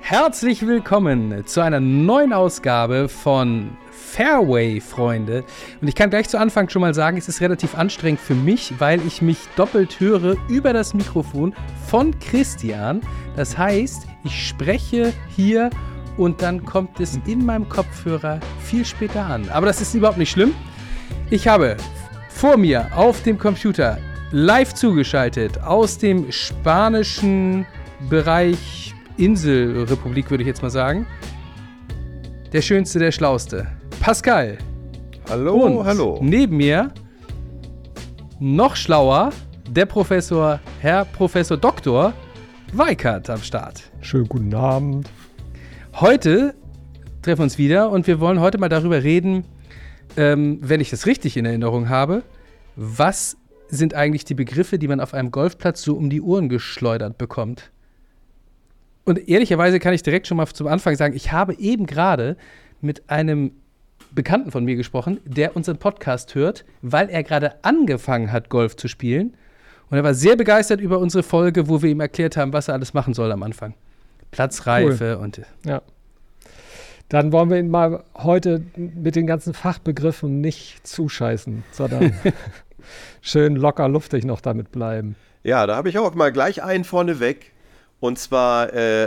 Herzlich willkommen zu einer neuen Ausgabe von Fairway, Freunde. Und ich kann gleich zu Anfang schon mal sagen, es ist relativ anstrengend für mich, weil ich mich doppelt höre über das Mikrofon von Christian. Das heißt, ich spreche hier und dann kommt es in meinem Kopfhörer viel später an. Aber das ist überhaupt nicht schlimm. Ich habe vor mir auf dem Computer live zugeschaltet aus dem spanischen Bereich Inselrepublik, würde ich jetzt mal sagen. Der Schönste, der Schlauste. Pascal. Hallo, und hallo. Neben mir noch schlauer, der Professor, Herr Professor Dr. Weikert am Start. Schönen guten Abend. Heute treffen wir uns wieder und wir wollen heute mal darüber reden, wenn ich das richtig in Erinnerung habe, was sind eigentlich die Begriffe, die man auf einem Golfplatz so um die Ohren geschleudert bekommt? Und ehrlicherweise kann ich direkt schon mal zum Anfang sagen, ich habe eben gerade mit einem Bekannten von mir gesprochen, der unseren Podcast hört, weil er gerade angefangen hat, Golf zu spielen. Und er war sehr begeistert über unsere Folge, wo wir ihm erklärt haben, was er alles machen soll am Anfang. Platzreife cool. und ja. Dann wollen wir ihn mal heute mit den ganzen Fachbegriffen nicht zuscheißen, sondern schön locker luftig noch damit bleiben. Ja, da habe ich auch mal gleich einen vorneweg. Und zwar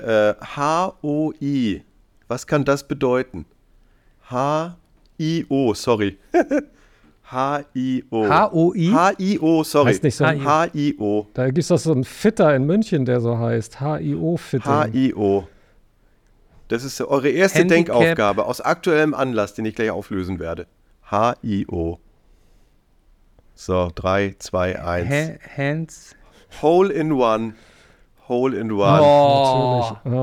HOI. Was kann das bedeuten? HIO, sorry. HIO. HOI? HIO, sorry. Heißt nicht so. HIO. Da gibt es doch so einen Fitter in München, der so heißt. HIO-Fitting. HIO. Das ist eure erste Handicap. Denkaufgabe aus aktuellem Anlass, den ich gleich auflösen werde. HIO. So, 3, 2, 1. Hands. Hole in One. Hole in One. Oh. Natürlich.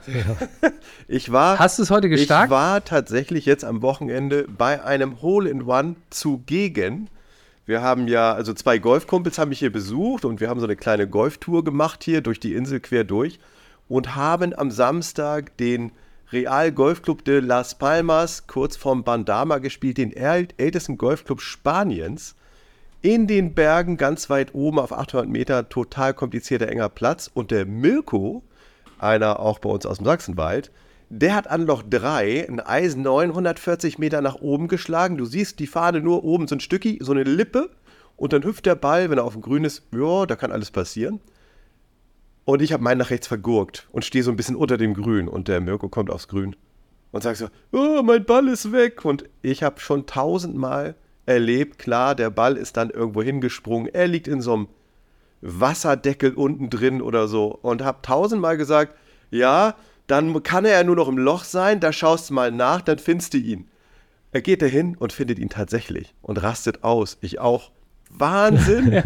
Ja. Hast du es heute gestarkt? Ich war tatsächlich jetzt am Wochenende bei einem Hole in One zugegen. Wir haben ja, also 2 Golfkumpels haben mich hier besucht und wir haben so eine kleine Golftour gemacht hier durch die Insel quer durch und haben am Samstag den Real Golfclub de Las Palmas kurz vorm Bandama gespielt, den ältesten Golfclub Spaniens. In den Bergen, ganz weit oben auf 800 Meter, total komplizierter, enger Platz. Und der Mirko, einer auch bei uns aus dem Sachsenwald, der hat an Loch 3 ein Eisen 940 Meter nach oben geschlagen. Du siehst die Fahne nur oben, so ein Stücki, so eine Lippe. Und dann hüpft der Ball, wenn er auf dem Grün ist, ja, da kann alles passieren. Und ich habe meinen nach rechts vergurkt und stehe so ein bisschen unter dem Grün. Und der Mirko kommt aufs Grün und sagt so, oh, mein Ball ist weg. Und ich habe schon 1000-mal erlebt, klar, der Ball ist dann irgendwo hingesprungen, er liegt in so einem Wasserdeckel unten drin oder so und hab 1000-mal gesagt, ja, dann kann er ja nur noch im Loch sein, da schaust du mal nach, dann findest du ihn. Er geht dahin und findet ihn tatsächlich und rastet aus, ich auch. Wahnsinn!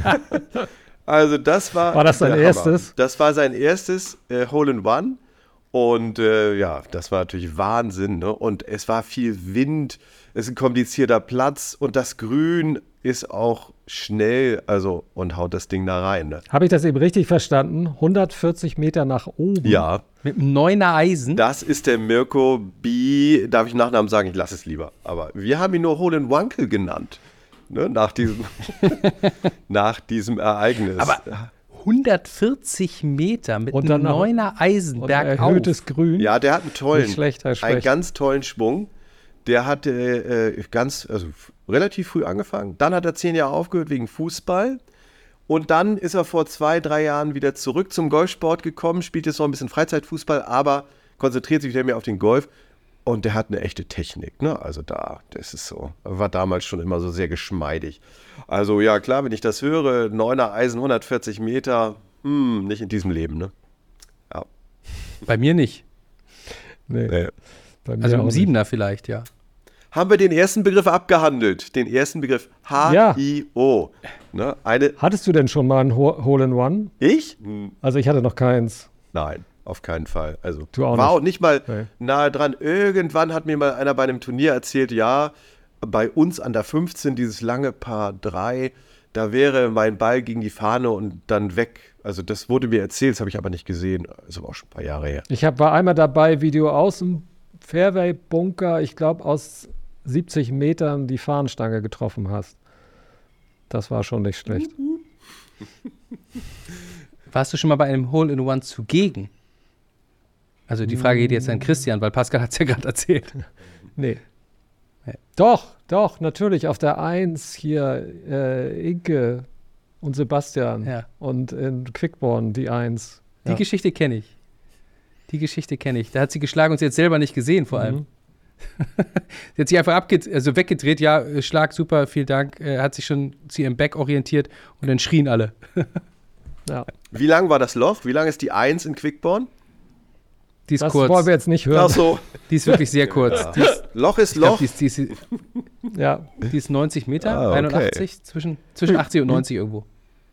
Also das war das sein erstes? Das war sein erstes Hole in One und ja, das war natürlich Wahnsinn, ne? Und es war viel Wind, es ist ein komplizierter Platz und das Grün ist auch schnell, also und haut das Ding da rein. Ne? Habe ich das eben richtig verstanden? 140 Meter nach oben? Ja. Mit einem 9er Eisen? Das ist der Mirko B. Darf ich Nachnamen sagen? Ich lasse es lieber. Aber wir haben ihn nur Hole in Wankel genannt. Ne? Nach diesem Ereignis. Aber 140 Meter mit einem 9er Eisen bergauf. Erhöhtes Grün. Ja, der hat einen ganz tollen Schwung. Der hat relativ früh angefangen. Dann hat er 10 Jahre aufgehört wegen Fußball. Und dann ist er vor 2, 3 Jahren wieder zurück zum Golfsport gekommen, spielt jetzt noch ein bisschen Freizeitfußball, aber konzentriert sich wieder mehr auf den Golf. Und der hat eine echte Technik, ne? Also das ist so. War damals schon immer so sehr geschmeidig. Also ja, klar, wenn ich das höre, 9er Eisen, 140 Meter, nicht in diesem Leben, ne? Ja. Bei mir nicht. Nee. Also im 7er vielleicht, ja. Haben wir den ersten Begriff abgehandelt? Den ersten Begriff HIO. Ne? Hattest du denn schon mal ein Hole in One? Ich? Also ich hatte noch keins. Nein, auf keinen Fall. Also du auch war nicht. Auch nicht mal nahe dran. Irgendwann hat mir mal einer bei einem Turnier erzählt, ja, bei uns an der 15, dieses lange Paar 3, da wäre mein Ball gegen die Fahne und dann weg. Also das wurde mir erzählt, das habe ich aber nicht gesehen. Also war auch schon ein paar Jahre her. Ich war einmal dabei, wie du aus dem Fairway-Bunker, ich glaube aus 70 Metern die Fahnenstange getroffen hast. Das war schon nicht schlecht. Warst du schon mal bei einem Hole-in-One zugegen? Also die Frage geht jetzt an Christian, weil Pascal hat es ja gerade erzählt. Nee. Nee. Doch, natürlich. Auf der 1 hier Inke und Sebastian. Ja. Und in Quickborn die 1. Die Geschichte kenne ich. Da hat sie geschlagen und sie hat selber nicht gesehen, vor allem. Sie hat sich einfach weggedreht. Ja, Schlag, super, vielen Dank. Hat sich schon zu ihrem Back orientiert und dann schrien alle. Ja. Wie lang war das Loch? Wie lang ist die 1 in Quickborn? Die ist Das kurz. wollen wir jetzt nicht hören. Ach so. Die ist wirklich sehr kurz. Ja. Die ist, Loch ist ich glaub, Loch. die ist 90 Meter, Ah, okay. 81, zwischen 80 und 90 irgendwo.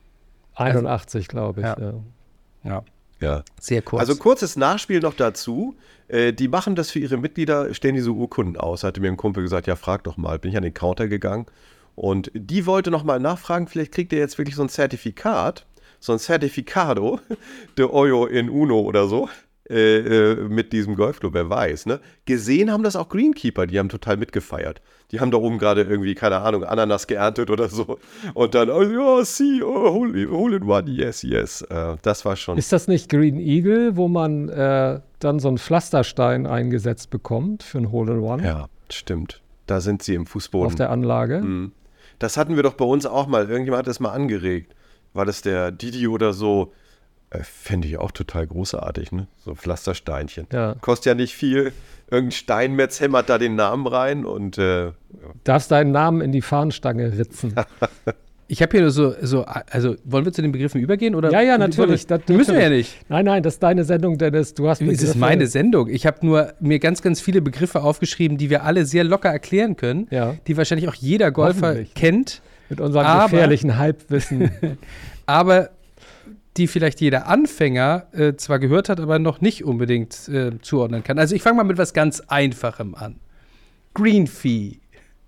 81, glaube ich. Ja. Ja. Ja. Sehr kurz. Also kurzes Nachspiel noch dazu. Die machen das für ihre Mitglieder, stellen diese Urkunden aus. Hatte mir ein Kumpel gesagt, ja, frag doch mal. Bin ich an den Counter gegangen und die wollte noch mal nachfragen, vielleicht kriegt ihr jetzt wirklich so ein Zertifikat, so ein Certificado de Hoyo in Uno oder so. Mit diesem Golfclub, wer weiß, ne? Gesehen haben das auch Greenkeeper, die haben total mitgefeiert. Die haben da oben gerade irgendwie, keine Ahnung, Ananas geerntet oder so. Und dann, oh ja, hole in one, yes. Das war schon. Ist das nicht Green Eagle, wo man dann so einen Pflasterstein eingesetzt bekommt für ein Hole in One Ja, stimmt. Da sind sie im Fußboden. auf der Anlage? Mhm. Das hatten wir doch bei uns auch mal. Irgendjemand hat das mal angeregt. War das der Didi oder so? Fände ich auch total großartig, ne? So Pflastersteinchen. Ja. Kostet ja nicht viel. Irgendein Steinmetz hämmert da den Namen rein und Darfst deinen Namen in die Fahnenstange ritzen. ich habe hier also wollen wir zu den Begriffen übergehen? Oder? Ja, natürlich. Müssen wir ja nicht. Nein, das ist deine Sendung, Dennis. Du hast Es ist meine Sendung. Ich habe nur mir ganz, ganz viele Begriffe aufgeschrieben, die wir alle sehr locker erklären können, Ja. die wahrscheinlich auch jeder Golfer Hoffentlich. kennt, Mit unserem Aber- gefährlichen Halbwissen. aber die vielleicht jeder Anfänger zwar gehört hat, aber noch nicht unbedingt zuordnen kann. Also ich fange mal mit was ganz Einfachem an. Green Fee.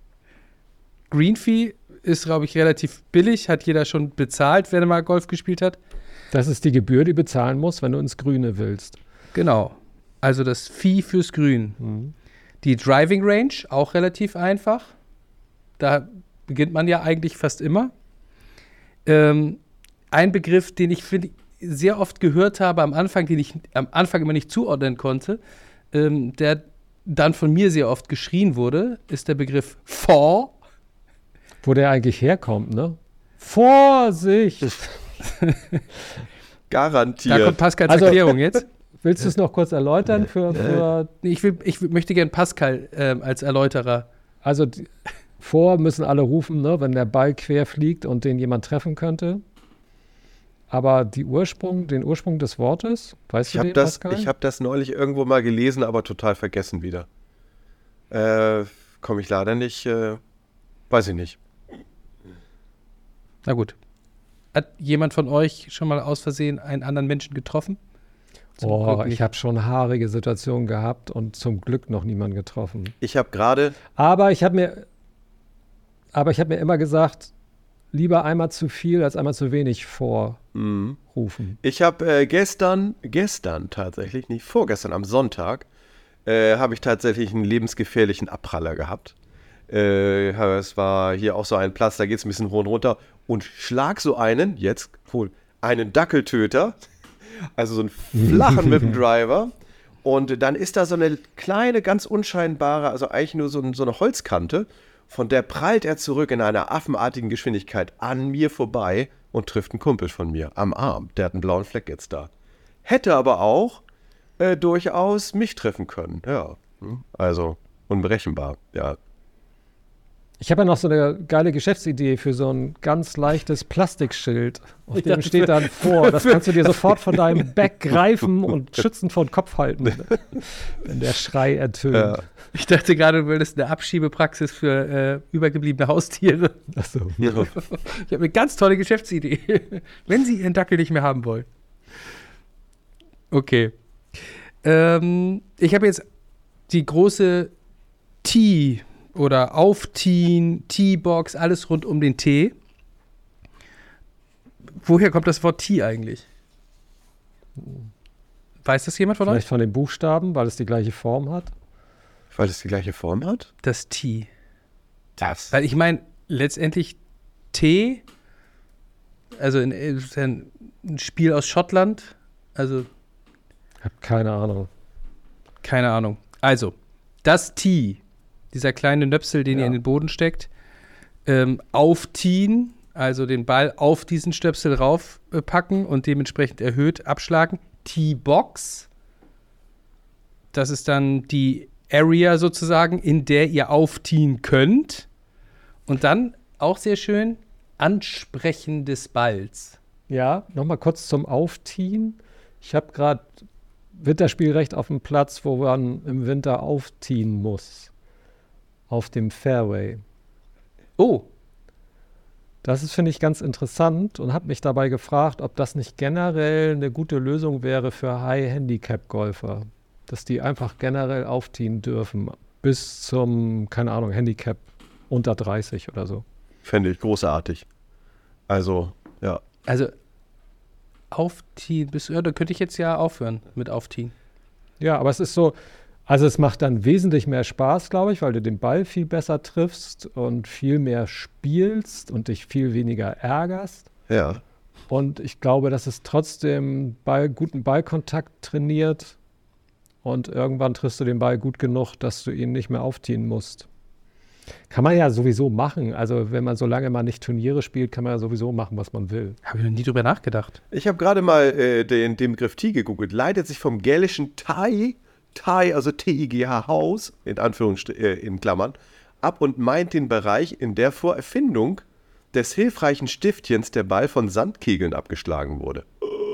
Green Fee ist, glaube ich, relativ billig, hat jeder schon bezahlt, wenn er mal Golf gespielt hat. Das ist die Gebühr, die du bezahlen musst, wenn du ins Grüne willst. Genau. Also das Fee fürs Grün. Die Driving Range, auch relativ einfach. Da beginnt man ja eigentlich fast immer. Ein Begriff, den ich sehr oft gehört habe am Anfang, den ich am Anfang immer nicht zuordnen konnte, der dann von mir sehr oft geschrien wurde, ist der Begriff Four. Wo der eigentlich herkommt, ne? Vorsicht! garantiert. Da kommt Pascals Also- Erklärung jetzt. Willst du es noch kurz erläutern? Ich möchte gerne Pascal als Erläuterer. Also vor müssen alle rufen, ne, wenn der Ball quer fliegt und den jemand treffen könnte. Aber den Ursprung des Wortes, weißt Ich du habe den, das, Pascal? ich hab das neulich irgendwo mal gelesen, aber total vergessen wieder. Komme ich leider nicht, weiß ich nicht. Na gut. Hat jemand von euch schon mal aus Versehen einen anderen Menschen getroffen? Zum Oh, Glück nicht. ich habe schon haarige Situationen gehabt und zum Glück noch niemanden getroffen. Ich habe gerade, Aber ich habe mir immer gesagt, lieber einmal zu viel als einmal zu wenig vorrufen. ich habe gestern tatsächlich, nicht vorgestern, am Sonntag, habe ich tatsächlich einen lebensgefährlichen Abpraller gehabt. Es war hier auch so ein Platz, da geht es ein bisschen hoch und runter und schlag so einen Dackeltöter, also so einen flachen mit dem Driver und dann ist da so eine kleine, ganz unscheinbare, also eigentlich nur so eine Holzkante, von der prallt er zurück in einer affenartigen Geschwindigkeit an mir vorbei und trifft einen Kumpel von mir am Arm. Der hat einen blauen Fleck jetzt da. Hätte aber auch durchaus mich treffen können, ja. Also unberechenbar, ja. Ich habe ja noch so eine geile Geschäftsidee für so ein ganz leichtes Plastikschild. Auf dem steht dann vor. Das kannst du dir sofort von deinem Back greifen und schützend vor den Kopf halten, wenn der Schrei ertönt. Ja. Ich dachte gerade, du würdest eine Abschiebepraxis für übergebliebene Haustiere. Achso. Ich habe eine ganz tolle Geschäftsidee. Wenn Sie Ihren Dackel nicht mehr haben wollen. Okay. Ich habe jetzt die große Tee oder Aufteen, Teebox, alles rund um den Tee. Woher kommt das Wort Tee eigentlich? Weiß das jemand von Vielleicht euch? von den Buchstaben, weil es die gleiche Form hat. Weil es die gleiche Form hat? Das Tee. Das. Weil ich meine, letztendlich Tee, also ist ein Spiel aus Schottland, also Ich habe keine Ahnung. Keine Ahnung. Also, das Tee, dieser kleine Nöpsel, den ihr in den Boden steckt, aufziehen, also den Ball auf diesen Stöpsel raufpacken und dementsprechend erhöht abschlagen. Tee-Box, das ist dann die Area sozusagen, in der ihr aufziehen könnt. Und dann, auch sehr schön, Ansprechen des Balls. Ja, nochmal kurz zum Aufziehen. Ich habe gerade Winterspielrecht auf dem Platz, wo man im Winter aufziehen muss. Auf dem Fairway. Oh. Das ist, finde ich, ganz interessant und habe mich dabei gefragt, ob das nicht generell eine gute Lösung wäre für High-Handicap-Golfer. Dass die einfach generell aufziehen dürfen. Bis zum, keine Ahnung, Handicap unter 30 oder so. Fände ich großartig. Also, ja. Also, aufziehen, da könnte ich jetzt ja aufhören mit aufziehen. Ja, aber es ist so, also es macht dann wesentlich mehr Spaß, glaube ich, weil du den Ball viel besser triffst und viel mehr spielst und dich viel weniger ärgerst. Ja. Und ich glaube, dass es trotzdem guten Ballkontakt trainiert und irgendwann triffst du den Ball gut genug, dass du ihn nicht mehr aufziehen musst. Kann man ja sowieso machen. Also wenn man, solange man nicht Turniere spielt, kann man ja sowieso machen, was man will. Habe ich noch nie drüber nachgedacht. Ich habe gerade mal den Begriff Tee gegoogelt. Leitet sich vom gälischen Thai, also T-I-G-H, Haus, in Klammern, ab und meint den Bereich, in der vor Erfindung des hilfreichen Stiftchens der Ball von Sandkegeln abgeschlagen wurde.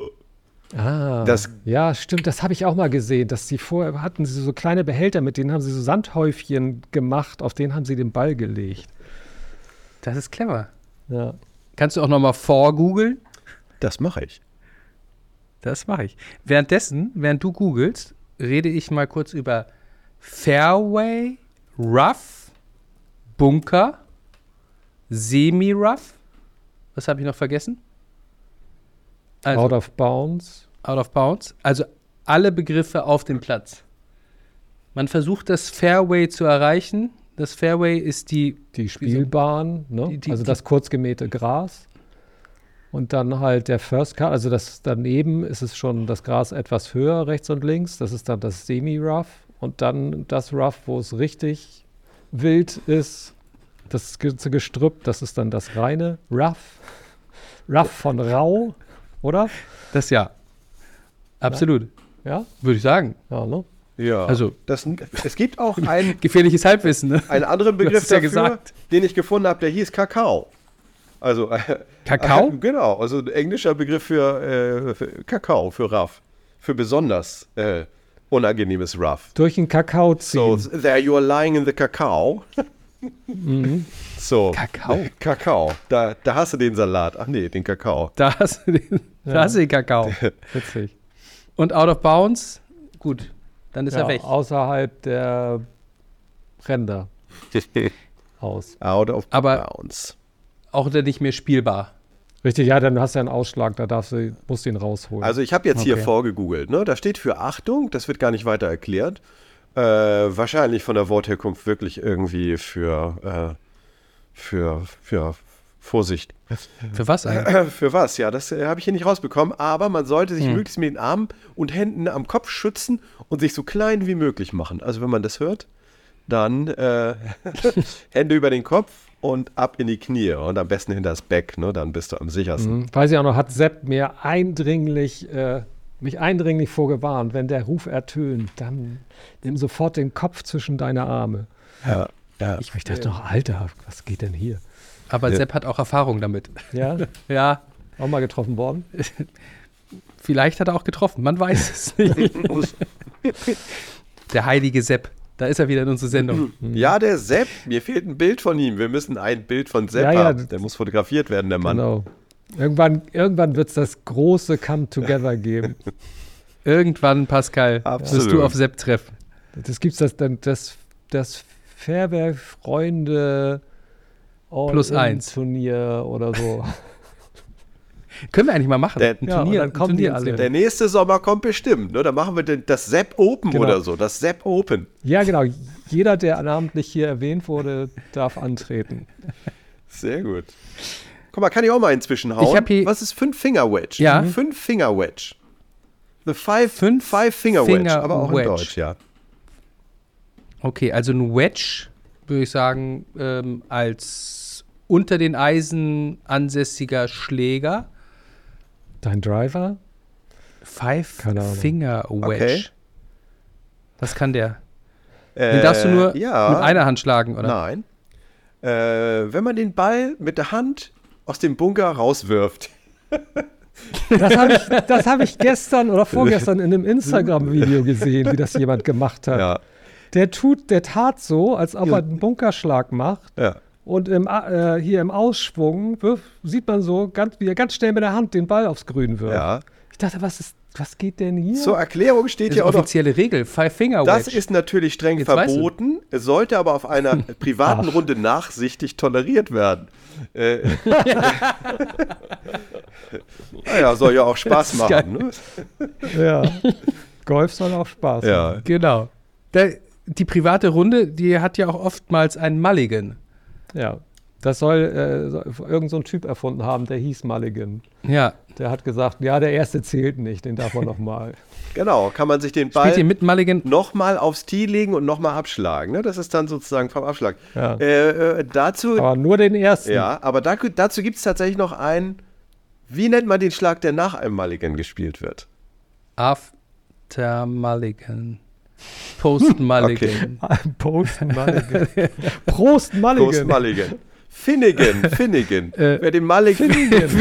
Ja, stimmt, das habe ich auch mal gesehen, dass sie vorher hatten sie so kleine Behälter, mit denen haben sie so Sandhäufchen gemacht, auf denen haben sie den Ball gelegt. Das ist clever. Ja. Kannst du auch noch mal vorgoogeln? Das mache ich. Das mache ich. Während du googelst, rede ich mal kurz über Fairway, Rough, Bunker, Semi-Rough. Was habe ich noch vergessen? Also, Out of bounds. Out of bounds. Also alle Begriffe auf dem Platz. Man versucht, das Fairway zu erreichen. Das Fairway ist die Spielbahn, ne? Also das kurz gemähte Gras. Und dann halt der First Cut, also daneben ist es schon das Gras etwas höher, rechts und links. Das ist dann das Semi-Rough. Und dann das Rough, wo es richtig wild ist. Das Gestrüpp, das ist dann das reine Rough. Rough von rau. Oder? Das ja. Absolut. Ja? Würde ich sagen. Ja, ne? Ja. Also, es gibt auch einen gefährliches Halbwissen, ne? anderen Begriff dafür, den ich gefunden habe, der hieß Kakao. Also Kakao? Genau, also ein englischer Begriff für Kakao, für Rough. Für besonders unangenehmes Rough. Durch den Kakao ziehen. So, there you are lying in the Kakao. So. Kakao. Da hast du den Salat. Ach nee, den Kakao. Da hast du den Kakao. Witzig. Und out of bounds, gut, dann ist er weg. Außerhalb der Ränder. Aus. Out of bounds. Auch dann nicht mehr spielbar. Richtig, ja, dann hast du einen Ausschlag, da musst du ihn rausholen. Also ich habe jetzt hier vorgegoogelt, ne? Da steht für Achtung, das wird gar nicht weiter erklärt. Wahrscheinlich von der Wortherkunft wirklich irgendwie für Vorsicht. Für was eigentlich? Für was, ja, das habe ich hier nicht rausbekommen, aber man sollte sich möglichst mit den Armen und Händen am Kopf schützen und sich so klein wie möglich machen. Also wenn man das hört, dann Hände über den Kopf und ab in die Knie und am besten hinter das Beck, ne? Dann bist du am sichersten. Weiß ich auch noch, hat Sepp mir mich eindringlich vorgewarnt, wenn der Ruf ertönt, dann nimm sofort den Kopf zwischen deine Arme. Ja. Ich dachte noch, Alter, was geht denn hier? Aber Sepp hat auch Erfahrung damit. Ja? Ja. Auch mal getroffen worden? Vielleicht hat er auch getroffen, man weiß es nicht. Der heilige Sepp, da ist er wieder in unserer Sendung. Ja, der Sepp, mir fehlt ein Bild von ihm. Wir müssen ein Bild von Sepp haben. Der muss fotografiert werden, der Mann. Genau. Irgendwann wird es das große Come-Together geben. Irgendwann, Pascal, wirst du auf Sepp treffen. Das gibt's das Fairway-Freunde +1 Turnier oder so. Können wir eigentlich mal machen. Dann kommen die alle. Der nächste Sommer kommt bestimmt. Ne? Dann machen wir das Sepp Open oder so. Das Sepp Open. Ja, genau. Jeder, der namentlich hier erwähnt wurde, darf antreten. Sehr gut. Guck mal, kann ich auch mal inzwischen hauen? Was ist 5-Finger-Wedge? Ja. 5-Finger-Wedge. The Five-Finger-Wedge. Aber auch in Deutsch, ja. Okay, also ein Wedge, würde ich sagen, als unter den Eisen ansässiger Schläger. Dein Driver? Keine Ahnung. Five-Finger-Wedge. Okay. Was kann der? Den darfst du nur mit einer Hand schlagen, oder? Nein. Wenn man den Ball mit der Hand aus dem Bunker rauswirft. Das hab ich gestern oder vorgestern in einem Instagram-Video gesehen, wie das jemand gemacht hat. Ja. Der tat so, als ob er einen Bunkerschlag macht. Ja. Und hier im Ausschwung sieht man so, wie er ganz schnell mit der Hand den Ball aufs Grün wirft. Ja. Ich dachte, was geht denn hier? Zur Erklärung steht Das ist hier auch noch. offizielle Regel, Five-Finger-Wedge. Das ist natürlich streng Jetzt weißt du. verboten. Es sollte aber auf einer privaten Runde nachsichtig toleriert werden. Naja, soll ja auch Spaß machen. Ne? Ja. Golf soll auch Spaß machen. Ja. Genau. Die private Runde, die hat ja auch oftmals einen Mulligan. Ja. Das soll irgend so ein Typ erfunden haben, der hieß Mulligan. Ja. Der hat gesagt, ja, der erste zählt nicht, den darf man nochmal. Genau, kann man sich den Spielt ihr Ball mit Mulligan? nochmal aufs Tee legen und nochmal abschlagen. Ne? Das ist dann sozusagen vom Abschlag. Ja. Dazu, Aber nur den ersten. ja, aber dazu gibt es tatsächlich noch einen, wie nennt man den Schlag, der nach einem Mulligan gespielt wird? After Mulligan. Post Mulligan. Post Mulligan. Prost Mulligan. Post Mulligan. Finnegan. Wer den Mulligan.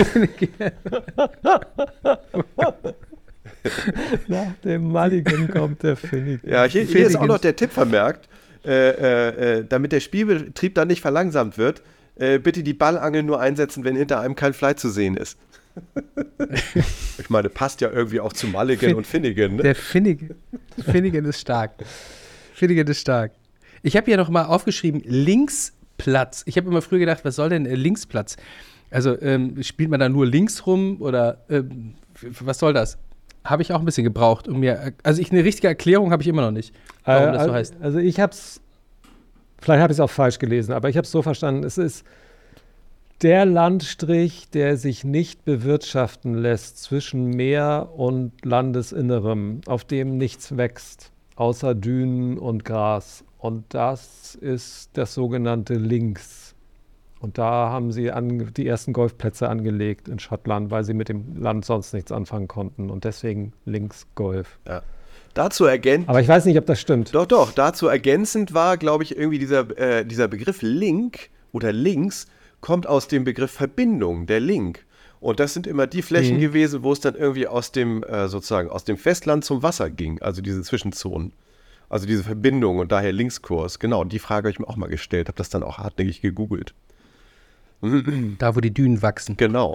Nach dem Mulligan kommt der Finnegan. Ja, hier ist auch noch der Tipp vermerkt, damit der Spielbetrieb dann nicht verlangsamt wird, bitte die Ballangel nur einsetzen, wenn hinter einem kein Fly zu sehen ist. Ich meine, passt ja irgendwie auch zu Mulligan und Finnegan. Ne? Der Finnegan ist stark. Finnegan ist stark. Ich habe hier noch mal aufgeschrieben, Linksplatz. Ich habe immer früher gedacht, was soll denn Linksplatz? Also spielt man da nur links rum oder was soll das? Habe ich auch ein bisschen gebraucht, um mir. Also eine richtige Erklärung habe ich immer noch nicht, warum das so heißt. Also ich habe es, vielleicht habe ich es auch falsch gelesen, aber ich habe es so verstanden, es ist der Landstrich, der sich nicht bewirtschaften lässt zwischen Meer und Landesinnerem, auf dem nichts wächst, außer Dünen und Gras. Und das ist das sogenannte Links. Und da haben sie die ersten Golfplätze angelegt in Schottland, weil sie mit dem Land sonst nichts anfangen konnten. Und deswegen Linksgolf. Ja. Dazu ergänzend. Aber ich weiß nicht, ob das stimmt. Doch. Dazu ergänzend war, glaube ich, irgendwie dieser Begriff Link oder Links kommt aus dem Begriff Verbindung, der Link. Und das sind immer die Flächen gewesen, wo es dann irgendwie aus dem Festland zum Wasser ging, also diese Zwischenzonen. Also diese Verbindung und daher Linkskurs. Genau, die Frage habe ich mir auch mal gestellt, habe das dann auch hartnäckig gegoogelt. Da, wo die Dünen wachsen. Genau.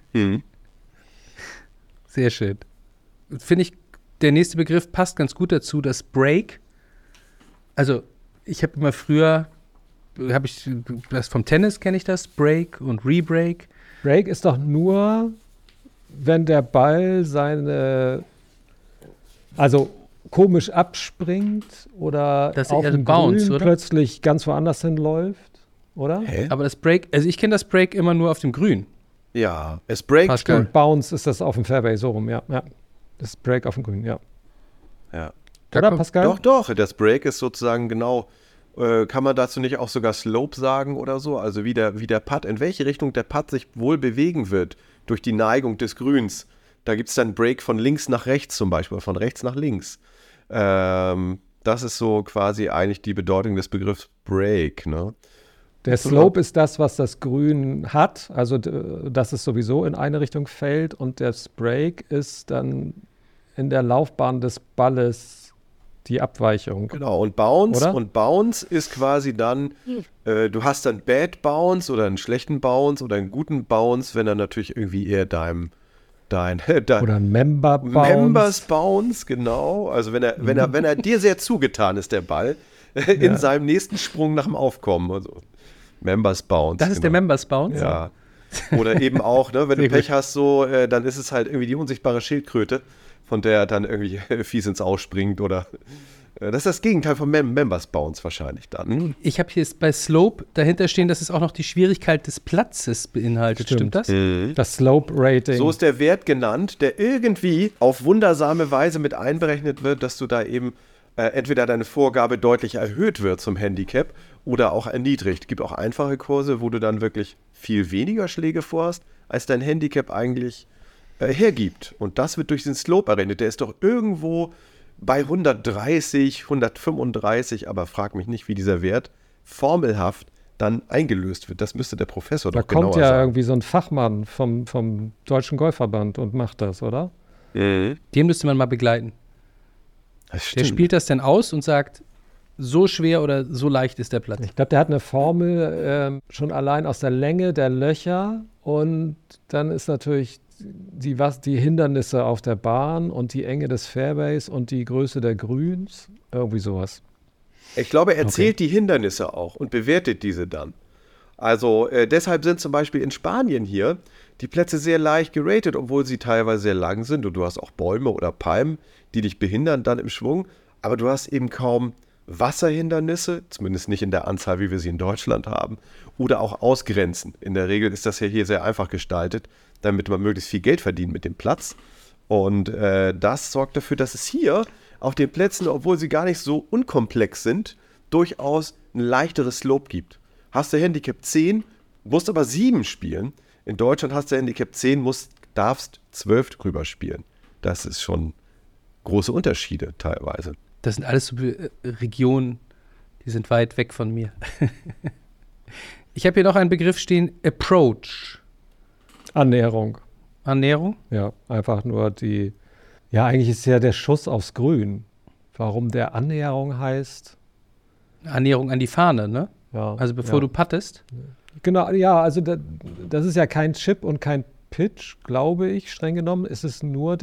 Sehr schön. Finde ich, der nächste Begriff passt ganz gut dazu, das Break. Also, ich habe immer früher, das vom Tennis kenne ich das, Break und Rebreak. Break ist doch nur, wenn der Ball komisch abspringt oder Das auf dem Bounce, Grün oder? plötzlich ganz woanders hinläuft, oder? Hä? Aber das Break, also ich kenne das Break immer nur auf dem Grün. Ja, es breakt. Pascal. Und Bounce ist das auf dem Fairway, so rum, ja. Das Break auf dem Grün, ja. Ja. Oder, Pascal? Doch, das Break ist sozusagen genau, kann man dazu nicht auch sogar Slope sagen oder so? Also wie der Putt, in welche Richtung der Putt sich wohl bewegen wird durch die Neigung des Grüns. Da gibt es dann Break von links nach rechts zum Beispiel, von rechts nach links. Das ist so quasi eigentlich die Bedeutung des Begriffs Break, ne? Der Slope ist das, was das Grün hat, also dass es sowieso in eine Richtung fällt, und das Break ist dann in der Laufbahn des Balles die Abweichung. Genau, und Bounce, Oder? und Bounce ist quasi dann, du hast dann Bad Bounce oder einen schlechten Bounce oder einen guten Bounce, wenn er natürlich irgendwie eher dein Oder ein Member Bounce. Members Bounce, genau. Also wenn er dir sehr zugetan ist, der Ball, in seinem nächsten Sprung nach dem Aufkommen. Also Members Bounce. Das ist der Members Bounce? Ja. Oder eben auch, ne, wenn du Sehr Pech hast, so, dann ist es halt irgendwie die unsichtbare Schildkröte, von der er dann irgendwie fies ins Ausspringt oder. Das ist das Gegenteil von Members Bounce wahrscheinlich dann. Ich habe hier bei Slope dahinter stehen, dass es auch noch die Schwierigkeit des Platzes beinhaltet. Stimmt das? Das Slope Rating. So ist der Wert genannt, der irgendwie auf wundersame Weise mit einberechnet wird, dass du da eben entweder deine Vorgabe deutlich erhöht wird zum Handicap oder auch erniedrigt. Es gibt auch einfache Kurse, wo du dann wirklich viel weniger Schläge vorhast, als dein Handicap eigentlich hergibt. Und das wird durch den Slope errechnet. Der ist doch irgendwo bei 130, 135, aber frag mich nicht, wie dieser Wert formelhaft dann eingelöst wird. Das müsste der Professor doch genauer sagen. Da kommt ja irgendwie so ein Fachmann vom Deutschen Golfverband und macht das, oder? Den müsste man mal begleiten. Der spielt das dann aus und sagt, so schwer oder so leicht ist der Platz. Ich glaube, der hat eine Formel schon allein aus der Länge der Löcher und dann ist natürlich die Hindernisse auf der Bahn und die Enge des Fairways und die Größe der Grüns, irgendwie sowas. Ich glaube, er zählt die Hindernisse auch und bewertet diese dann. Also deshalb sind zum Beispiel in Spanien hier die Plätze sehr leicht geratet, obwohl sie teilweise sehr lang sind und du hast auch Bäume oder Palmen, die dich behindern dann im Schwung, aber du hast eben kaum Wasserhindernisse, zumindest nicht in der Anzahl, wie wir sie in Deutschland haben, oder auch Ausgrenzen. In der Regel ist das ja hier sehr einfach gestaltet, damit man möglichst viel Geld verdient mit dem Platz. Und das sorgt dafür, dass es hier auf den Plätzen, obwohl sie gar nicht so unkomplex sind, durchaus ein leichteres Slope gibt. Hast du Handicap 10, musst aber 7 spielen. In Deutschland hast du Handicap 10, darfst 12 drüber spielen. Das ist schon große Unterschiede teilweise. Das sind alles so Regionen, die sind weit weg von mir. Ich habe hier noch einen Begriff stehen, Approach. Annäherung. Annäherung? Ja, einfach nur ja, eigentlich ist ja der Schuss aufs Grün. Warum der Annäherung heißt? Annäherung an die Fahne, ne? Ja, also bevor du puttest? Genau, ja, also das ist ja kein Chip und kein Pitch, glaube ich, streng genommen. Ist es nur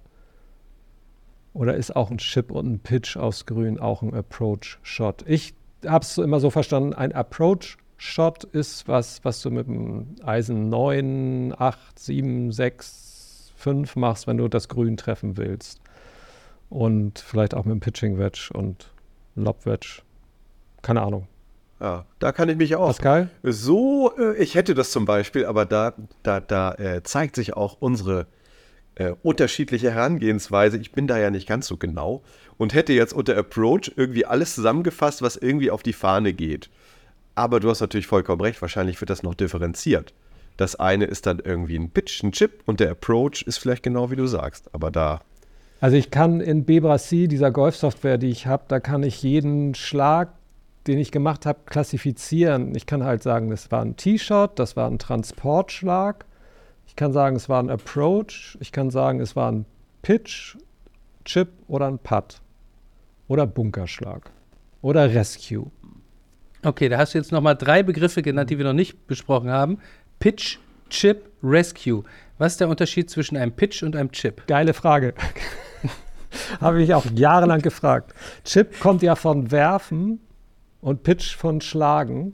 oder ist auch ein Chip und ein Pitch aufs Grün auch ein Approach-Shot? Ich habe es immer so verstanden, ein Approach-Shot ist was du mit dem Eisen 9, 8, 7, 6, 5 machst, wenn du das Grün treffen willst. Und vielleicht auch mit dem Pitching-Wedge und Lob-Wedge. Keine Ahnung. Ja, da kann ich mich auch Pascal? ich hätte das zum Beispiel, aber da zeigt sich auch unsere unterschiedliche Herangehensweise. Ich bin da ja nicht ganz so genau und hätte jetzt unter Approach irgendwie alles zusammengefasst, was irgendwie auf die Fahne geht. Aber du hast natürlich vollkommen recht, wahrscheinlich wird das noch differenziert. Das eine ist dann irgendwie ein Pitch, ein Chip und der Approach ist vielleicht genau wie du sagst, aber da... Also ich kann in Bebrassi, dieser Golfsoftware, die ich habe, da kann ich jeden Schlag, den ich gemacht habe, klassifizieren. Ich kann halt sagen, das war ein Tee-Shot, das war ein Transportschlag. Ich kann sagen, es war ein Approach. Ich kann sagen, es war ein Pitch, Chip oder ein Putt. Oder Bunkerschlag. Oder Rescue. Okay, da hast du jetzt nochmal 3 Begriffe genannt, die wir noch nicht besprochen haben. Pitch, Chip, Rescue. Was ist der Unterschied zwischen einem Pitch und einem Chip? Geile Frage. Habe ich auch jahrelang gefragt. Chip kommt ja von Werfen und Pitch von Schlagen.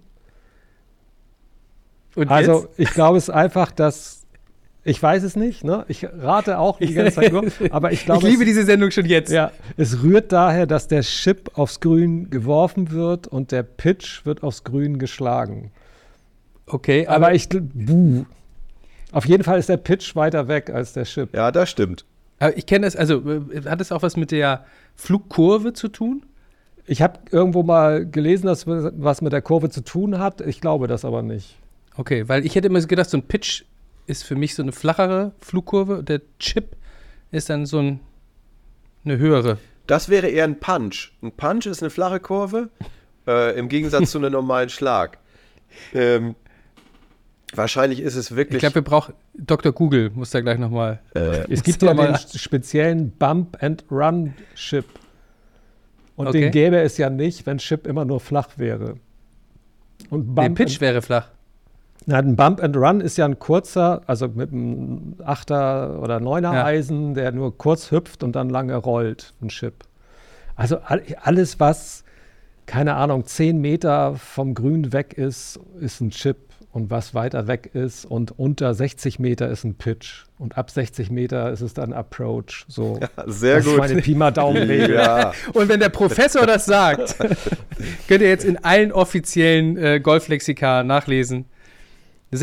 Und also jetzt? ich glaube, es ist einfach, ich weiß es nicht, ne? Ich rate auch die ganze Zeit nur, aber ich glaube... Ich liebe diese Sendung schon jetzt. Ja, es rührt daher, dass der Chip aufs Grün geworfen wird und der Pitch wird aufs Grün geschlagen. Okay, aber auf jeden Fall ist der Pitch weiter weg als der Chip. Ja, das stimmt. Aber ich kenne das, also hat es auch was mit der Flugkurve zu tun? Ich habe irgendwo mal gelesen, dass es was mit der Kurve zu tun hat. Ich glaube das aber nicht. Okay, weil ich hätte immer gedacht, so ein Pitch ist für mich so eine flachere Flugkurve und der Chip ist dann so eine höhere. Das wäre eher ein Punch. Ein Punch ist eine flache Kurve, im Gegensatz zu einem normalen Schlag. Wahrscheinlich ist es wirklich... Ich glaube, wir brauchen... Dr. Google muss da gleich nochmal... Es gibt ja den speziellen Bump-and-Run-Chip. Und den gäbe es ja nicht, wenn Chip immer nur flach wäre. Und der Pitch wäre flach. Na, ein Bump and Run ist ja ein kurzer, also mit einem 8er oder 9er Eisen, der nur kurz hüpft und dann lange rollt, ein Chip. Also alles, was, keine Ahnung, 10 Meter vom Grün weg ist, ist ein Chip. Und was weiter weg ist und unter 60 Meter ist ein Pitch. Und ab 60 Meter ist es dann Approach. So, ja, sehr das gut. ist meine Pi mal Daumen-Regel. Ja. Und wenn der Professor das sagt, könnt ihr jetzt in allen offiziellen Golflexika nachlesen.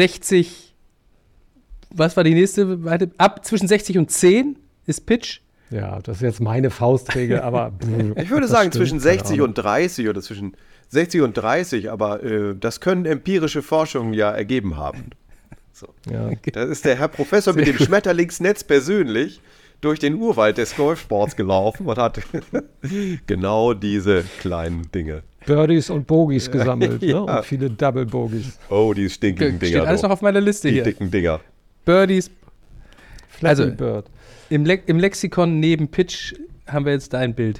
60, was war die nächste? Ab zwischen 60 und 10 ist Pitch. Ja, das ist jetzt meine Faustregel, aber Ich würde sagen zwischen 60 und 30 oder zwischen 60 und 30, aber das können empirische Forschungen ja ergeben haben. So. Ja. Da ist der Herr Professor mit dem Schmetterlingsnetz persönlich durch den Urwald des Golfsports gelaufen und hat genau diese kleinen Dinge. Birdies und Bogies gesammelt, Ja. ne? Und viele Double Bogies. Oh, die stinkigen Dinger. Steht alles noch auf meiner Liste die hier. dicken Dinger. Birdies. Flappy Also, Bird. Im Lexikon neben Pitch haben wir jetzt dein Bild.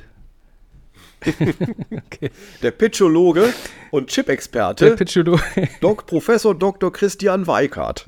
Okay. Der Pitchologe und Der Chip-Experte, Pitcholo. Professor Dr. Christian Weikart.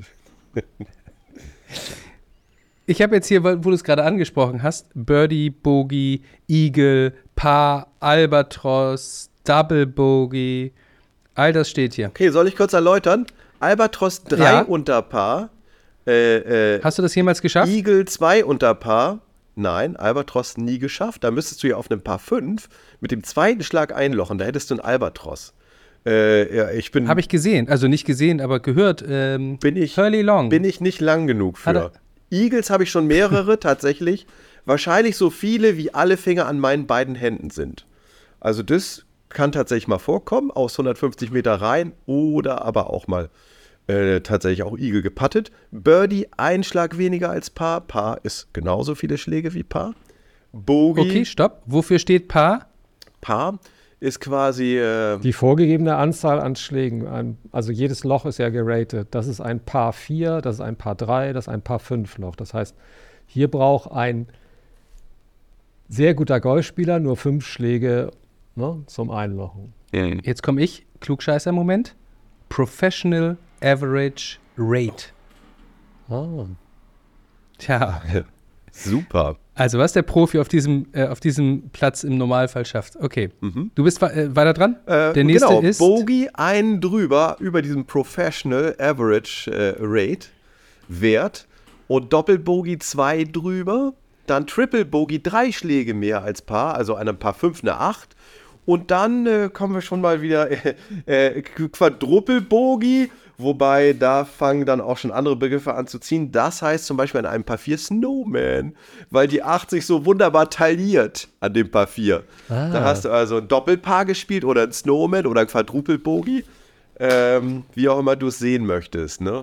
Ich habe jetzt hier, wo du es gerade angesprochen hast, Birdie, Bogey, Eagle, Paar, Albatros, Double Bogey, all das steht hier. Okay, soll ich kurz erläutern? Albatros 3 Ja. unter Paar, Hast du das jemals geschafft? Eagle 2 unter Paar. Nein, Albatros nie geschafft. Da müsstest du ja auf einem Paar 5 mit dem zweiten Schlag einlochen. Da hättest du einen Albatros. Ja, Habe ich gesehen, also nicht gesehen, aber gehört. Hurley Long. Bin ich nicht lang genug Hat für. Eagles habe ich schon mehrere tatsächlich. Wahrscheinlich so viele, wie alle Finger an meinen beiden Händen sind. Also das kann tatsächlich mal vorkommen, aus 150 Meter rein oder aber auch mal tatsächlich auch Eagle gepattet. Birdie, ein Schlag weniger als Paar. Paar ist genauso viele Schläge wie Paar. Bogey, Okay, stopp. Wofür steht Paar? Paar ist quasi Die vorgegebene Anzahl an Schlägen, also jedes Loch ist ja geratet. Das ist ein Paar 4, das ist ein Paar 3, das ist ein Paar 5 Loch. Das heißt, hier braucht ein sehr guter Golfspieler nur 5 Schläge, ne, zum Einlochen. Jetzt komme ich, Klugscheißer-Moment. Professional Average Rate. Ah. Tja, super. also was der Profi auf diesem Platz im Normalfall schafft. Okay, du bist weiter dran? Der nächste genau, ist Bogey einen drüber über diesem Professional Average Rate Wert und Doppel-Bogey 2 drüber, dann Triple-Bogey 3 Schläge mehr als Paar, also einem Paar 5 eine 8 und dann kommen wir schon mal wieder Quadruple-Bogey, wobei da fangen dann auch schon andere Begriffe an zu ziehen. Das heißt zum Beispiel an einem Paar 4 Snowman, weil die 8 sich so wunderbar tailliert an dem Paar 4. Da hast du also ein Doppelpaar gespielt oder ein Snowman oder ein Quadruple-Bogey, wie auch immer du es sehen möchtest, ne?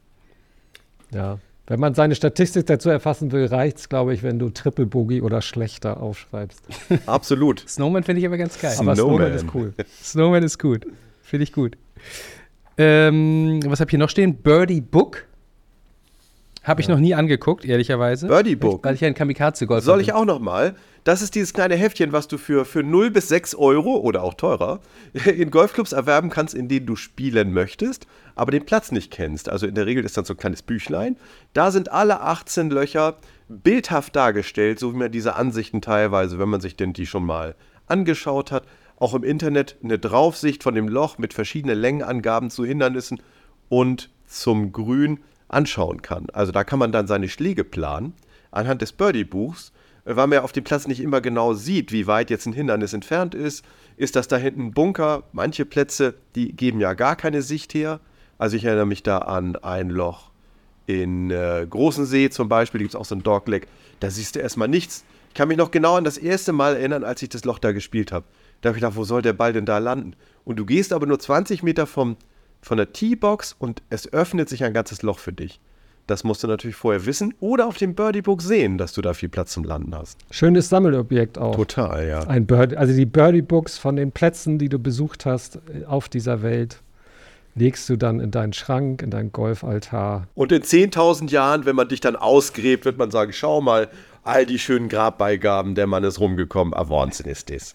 Ja. Wenn man seine Statistik dazu erfassen will, reicht es, glaube ich, wenn du Triple Bogey oder schlechter aufschreibst. Absolut. Snowman finde ich aber ganz geil. Aber Snowman. Snowman ist cool. Snowman ist gut. Finde ich gut. Was habe ich hier noch stehen? Birdie Book. Habe ich noch nie angeguckt, ehrlicherweise. Birdie Book. Weil ich ein Kamikaze-Golfer Soll bin. ich auch noch mal? Das ist dieses kleine Heftchen, was du für 0 bis 6 Euro oder auch teurer in Golfclubs erwerben kannst, in denen du spielen möchtest, aber den Platz nicht kennst. Also in der Regel ist dann so ein kleines Büchlein. Da sind alle 18 Löcher bildhaft dargestellt, so wie man diese Ansichten teilweise, wenn man sich denn die schon mal angeschaut hat, auch im Internet eine Draufsicht von dem Loch mit verschiedenen Längenangaben zu Hindernissen und zum Grün anschauen kann. Also da kann man dann seine Schläge planen anhand des Birdie-Buchs, weil man ja auf dem Platz nicht immer genau sieht, wie weit jetzt ein Hindernis entfernt ist. Ist das da hinten ein Bunker? Manche Plätze, die geben ja gar keine Sicht her. Also ich erinnere mich da an ein Loch in Großen See zum Beispiel, da gibt es auch so ein Dogleg. Da siehst du erstmal nichts. Ich kann mich noch genau an das erste Mal erinnern, als ich das Loch da gespielt habe. Da habe ich gedacht, wo soll der Ball denn da landen? Und du gehst aber nur 20 Meter von der Teebox und es öffnet sich ein ganzes Loch für dich. Das musst du natürlich vorher wissen oder auf dem Birdie-Book sehen, dass du da viel Platz zum Landen hast. Schönes Sammelobjekt auch. Total, ja. Also die Birdie-Books von den Plätzen, die du besucht hast auf dieser Welt, legst du dann in deinen Schrank, in deinen Golfaltar. Und in 10.000 Jahren, wenn man dich dann ausgräbt, wird man sagen, schau mal, all die schönen Grabbeigaben, der Mann ist rumgekommen, Wahnsinn ist das.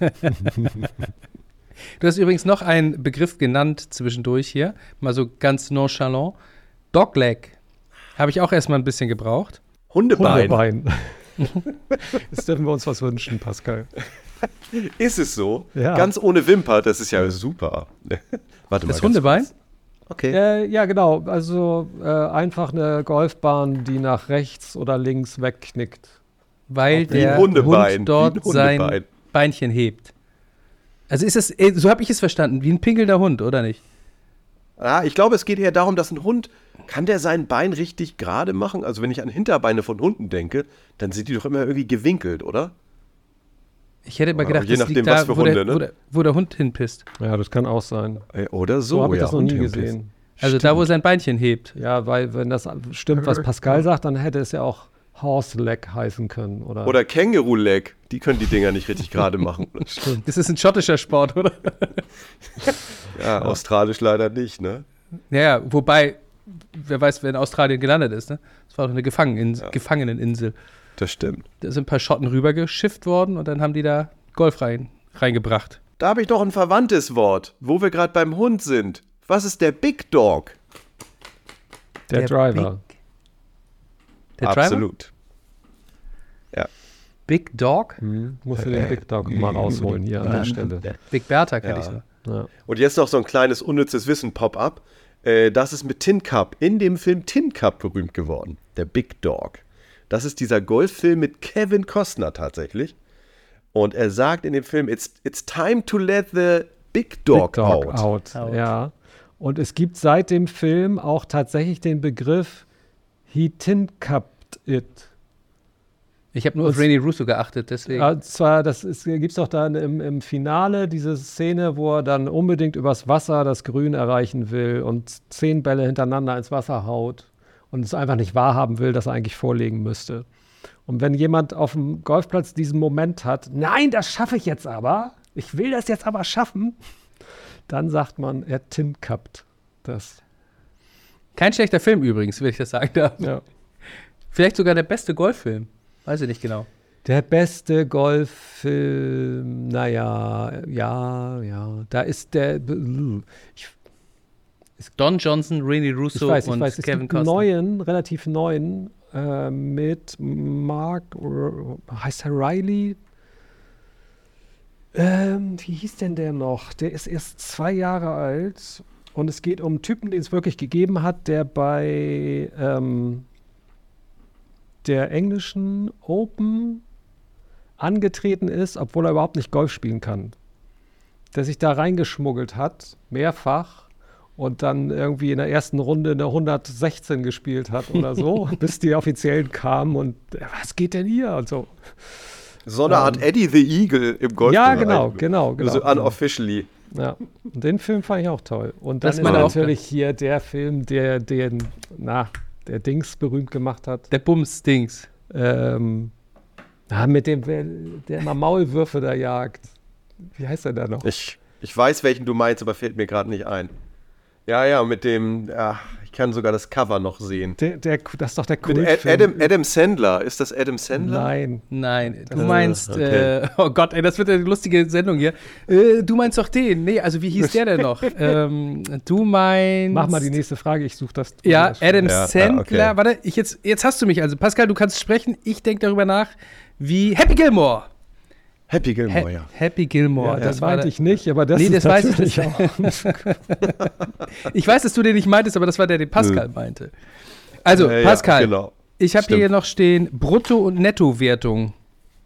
Du hast übrigens noch einen Begriff genannt zwischendurch hier, mal so ganz nonchalant. Dogleg. Habe ich auch erstmal ein bisschen gebraucht. Hundebein. Jetzt dürfen wir uns was wünschen, Pascal. Ist es so? Ja. Ganz ohne Wimper, das ist ja super. Warte mal. Das ganz Hundebein? kurz. Okay. Ja, genau. Also einfach eine Golfbahn, die nach rechts oder links wegknickt. Weil Wie ein der Hundebein, Hund dort wie ein Hundebein. sein Beinchen hebt. Also ist es, so habe ich es verstanden, wie ein pinkelnder Hund, oder nicht? Ja, ich glaube, es geht eher darum, dass ein Hund, kann der sein Bein richtig gerade machen? Also wenn ich an Hinterbeine von Hunden denke, dann sind die doch immer irgendwie gewinkelt, oder? Ich hätte mal gedacht, je das nachdem, liegt da, was für Hunde, ne? wo der Hund hinpisst. Ja, das kann auch sein. Oder so, So habe ich das noch Hund nie hinpisst. gesehen. Also da, wo er sein Beinchen hebt. Ja, weil wenn das stimmt, was Pascal sagt, dann hätte es ja auch Horse Leg heißen können. Oder Känguru-Leg, die können die Dinger nicht richtig gerade machen. Das ist ein schottischer Sport, oder? Ja, australisch leider nicht, ne? Ja, wobei, wer weiß, wer in Australien gelandet ist, ne? Das war doch eine Gefangeneninsel. Das stimmt. Da sind ein paar Schotten rübergeschifft worden und dann haben die da Golf reingebracht. Da habe ich doch ein verwandtes Wort, wo wir gerade beim Hund sind. Was ist der Big Dog? der Driver. Der Driver? Absolut. Ja. Big Dog? Musst du den Big Dog mal rausholen hier an der Stelle. Big Bertha kenne ich Ja. so. Ja. Und jetzt noch so ein kleines unnützes Wissen-Pop-up. Das ist mit Tin Cup in dem Film Tin Cup berühmt geworden. Der Big Dog. Das ist dieser Golffilm mit Kevin Costner tatsächlich. Und er sagt in dem Film, it's time to let the Big Dog, out. Ja. Und es gibt seit dem Film auch tatsächlich den Begriff He Tin Cupped It. Ich habe nur auf Rene Russo geachtet, deswegen. Ja, zwar, gibt es doch dann im Finale diese Szene, wo er dann unbedingt übers Wasser das Grün erreichen will und 10 Bälle hintereinander ins Wasser haut und es einfach nicht wahrhaben will, dass er eigentlich vorlegen müsste. Und wenn jemand auf dem Golfplatz diesen Moment hat, nein, das schaffe ich jetzt aber, ich will das jetzt aber schaffen, dann sagt man, er tin-cupt das. Kein schlechter Film übrigens, will ich das sagen darf. Ja. Vielleicht sogar der beste Golffilm. Weiß ich nicht genau. Der beste Golffilm, naja, ja, da ist der, Don Johnson, Rene Russo und es Kevin gibt einen Costner. relativ neuen, mit Mark, heißt er Riley? Wie hieß denn der noch? Der ist erst 2 Jahre alt und es geht um einen Typen, den es wirklich gegeben hat, der bei der englischen Open angetreten ist, obwohl er überhaupt nicht Golf spielen kann. Der sich da reingeschmuggelt hat, mehrfach, und dann irgendwie in der ersten Runde eine 116 gespielt hat oder so, bis die Offiziellen kamen und was geht denn hier und so. So eine Art Eddie the Eagle im Golf. Ja, genau. So unofficially. Ja, und den Film fand ich auch toll. Und Das dann ist ist auch natürlich hier der Film, der Dings berühmt gemacht hat. Der Bums-Dings. Mit dem, der immer Maulwürfe da jagt. Wie heißt der da noch? Ich weiß, welchen du meinst, aber fällt mir gerade nicht ein. Ja, mit dem, ich kann sogar das Cover noch sehen. Das ist doch der Mit Kultfilm. Adam Sandler. Ist das Adam Sandler? Nein, du meinst, okay. Oh Gott, ey, das wird eine lustige Sendung hier. Du meinst doch den. Nee, also wie hieß der denn noch? Du meinst... Mach mal die nächste Frage, ich suche das. Ja, Adam Ja, Sandler. okay. Warte, jetzt hast du mich. Also Pascal, du kannst sprechen. Ich denke darüber nach, wie Happy Gilmore. Happy Gilmore, ja. Happy Gilmore. Ja, das meinte ich nicht, aber das Nee, ist das weiß ich natürlich nicht. auch. Ich weiß, dass du den nicht meintest, aber das war der, den Pascal meinte. Also, Ja, Pascal, genau. ich habe Stimmt. hier noch stehen Brutto- und Nettowertung.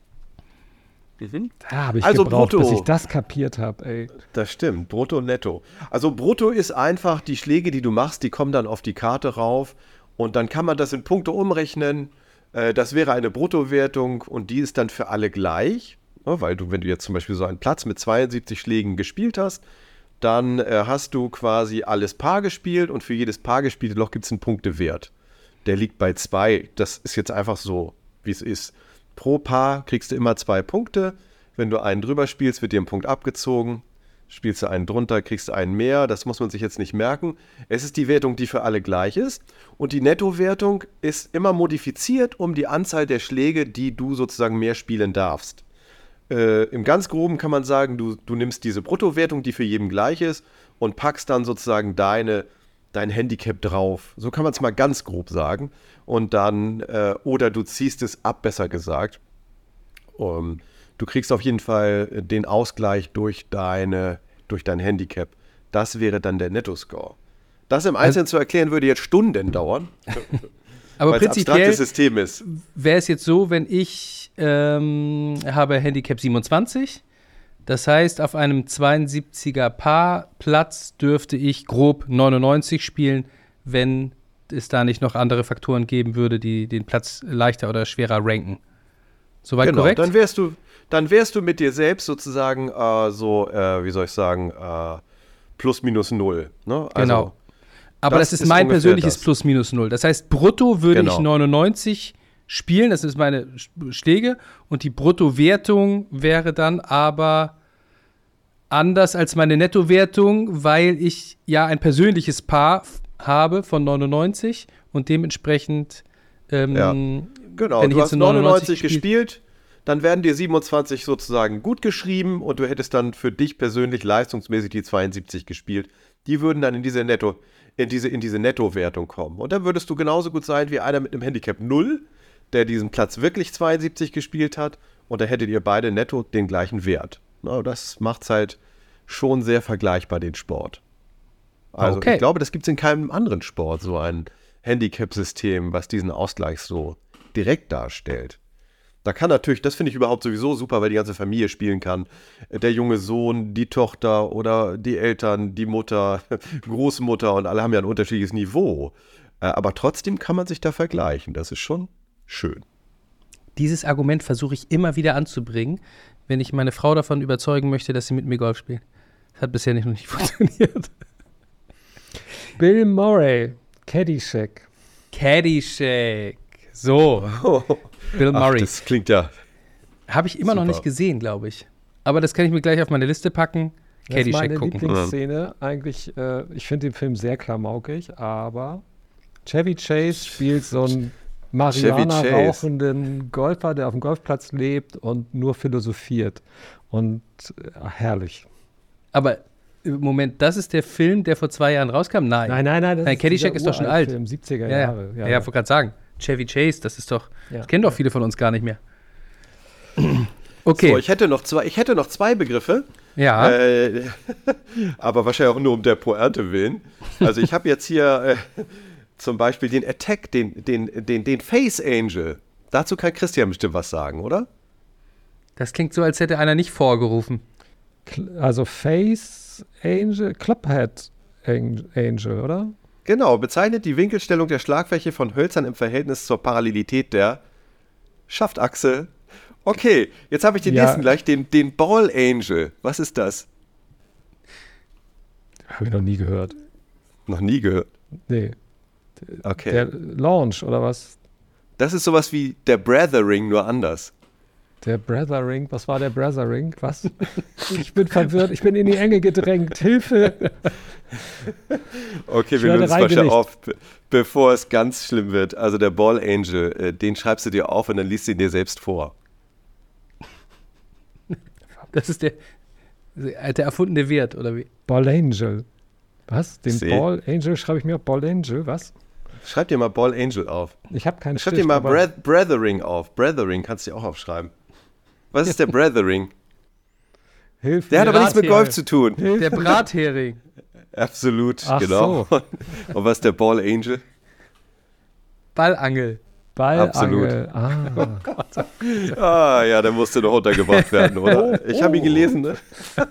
Da habe ich Also gebraucht, Brutto. bis ich das kapiert habe, ey. Das stimmt, Brutto und Netto. Also Brutto ist einfach, die Schläge, die du machst, die kommen dann auf die Karte rauf und dann kann man das in Punkte umrechnen. Das wäre eine Bruttowertung und die ist dann für alle gleich. Weil wenn du jetzt zum Beispiel so einen Platz mit 72 Schlägen gespielt hast, dann hast du quasi alles Paar gespielt und für jedes Paar gespielte Loch gibt es einen Punktewert. Der liegt bei 2. Das ist jetzt einfach so, wie es ist. Pro Paar kriegst du immer 2 Punkte. Wenn du einen drüber spielst, wird dir ein Punkt abgezogen. Spielst du einen drunter, kriegst du einen mehr. Das muss man sich jetzt nicht merken. Es ist die Wertung, die für alle gleich ist. Und die Nettowertung ist immer modifiziert um die Anzahl der Schläge, die du sozusagen mehr spielen darfst. Im ganz Groben kann man sagen, du nimmst diese Bruttowertung, die für jeden gleich ist, und packst dann sozusagen dein Handicap drauf. So kann man es mal ganz grob sagen. Und dann, oder du ziehst es ab, besser gesagt. Du kriegst auf jeden Fall den Ausgleich durch dein Handicap. Das wäre dann der Nettoscore. Das im Einzelnen zu erklären, würde jetzt Stunden dauern. Aber weil es ein prinzipiell abstraktes System ist. wäre es jetzt so, wenn ich habe Handicap 27, Das heißt, auf einem 72er Paar-Platz dürfte ich grob 99 spielen, wenn es da nicht noch andere Faktoren geben würde, die den Platz leichter oder schwerer ranken. Soweit korrekt? Dann wärst du mit dir selbst sozusagen wie soll ich sagen, plus minus null. Ne? Also, genau. Aber das ist mein persönliches das. Plus minus null. Das heißt, brutto würde Genau. ich 99 spielen, das ist meine Schläge, und die Bruttowertung wäre dann aber anders als meine Nettowertung, weil ich ja ein persönliches Paar habe von 99 und dementsprechend Genau, wenn ich du jetzt hast 99 gespielt, dann werden dir 27 sozusagen gut geschrieben und du hättest dann für dich persönlich leistungsmäßig die 72 gespielt. Die würden dann in diese Nettowertung kommen. Und dann würdest du genauso gut sein wie einer mit einem Handicap 0, der diesen Platz wirklich 72 gespielt hat, und da hättet ihr beide netto den gleichen Wert. Na, das macht es halt schon sehr vergleichbar, den Sport. Also Okay. Ich glaube, das gibt es in keinem anderen Sport, so ein Handicap-System, was diesen Ausgleich so direkt darstellt. Da kann natürlich, das finde ich überhaupt sowieso super, weil die ganze Familie spielen kann. Der junge Sohn, die Tochter oder die Eltern, die Mutter, Großmutter, und alle haben ja ein unterschiedliches Niveau. Aber trotzdem kann man sich da vergleichen. Das ist schon schön. Dieses Argument versuche ich immer wieder anzubringen, wenn ich meine Frau davon überzeugen möchte, dass sie mit mir Golf spielt. Das hat bisher noch nicht funktioniert. Bill Murray, Caddyshack. Caddyshack. So, Bill Murray. Das klingt ja. Habe ich immer noch super. nicht gesehen, glaube ich. Aber das kann ich mir gleich auf meine Liste packen. Das ist Caddyshack meine gucken. Lieblingsszene. Eigentlich, ich finde den Film sehr klamaukig, aber Chevy Chase spielt so einen Marihuana-rauchenden Golfer, der auf dem Golfplatz lebt und nur philosophiert. Und herrlich. Aber Moment, das ist der Film, der vor 2 Jahren rauskam? Nein. Nein, das Caddyshack ist doch schon alt. Film, 70er Ja, Jahre. ja, wollte gerade sagen. Chevy Chase, das ist doch, Ja. das kennen doch viele von uns gar nicht mehr. Okay. So, ich hätte noch zwei Begriffe. Ja. Aber wahrscheinlich auch nur um der Pointe willen. Also ich habe jetzt hier zum Beispiel den Attack, den Face Angel. Dazu kann Christian bestimmt was sagen, oder? Das klingt so, als hätte einer nicht vorgerufen. Also Face Angel, Clubhead Angel, oder? Genau, bezeichnet die Winkelstellung der Schlagfläche von Hölzern im Verhältnis zur Parallelität der Schaftachse. Okay, jetzt habe ich den nächsten gleich, den Ball Angel. Was ist das? Habe ich noch nie gehört. Noch nie gehört. Nee. Okay. Der Launch, oder was? Das ist sowas wie der Brethering, nur anders. Der Brethering, was war der Brethering? Was? Ich bin verwirrt, ich bin in die Enge gedrängt. Hilfe! Okay, wir lösen es wahrscheinlich auf, bevor es ganz schlimm wird. Also der Ball Angel, den schreibst du dir auf und dann liest du ihn dir selbst vor. Das ist der erfundene Wert, oder wie? Ball Angel. Was? Den See. Ball Angel schreibe ich mir auf. Ball Angel, was? Schreib dir mal Ball Angel auf. Ich habe keinen Schreib Stift. dir mal aber- Brethering auf. Brethering kannst du dir auch aufschreiben. Was ist der Brethering? Hilfe. Der hat aber nichts mit Golf Brathering. zu tun. Der Brathering. Absolut, Ach genau. so. Und was ist der Ball Angel? Ballangel. Ballangel. Ah, ja, der musste noch untergebracht werden, oder? Ich habe ihn gelesen, ne?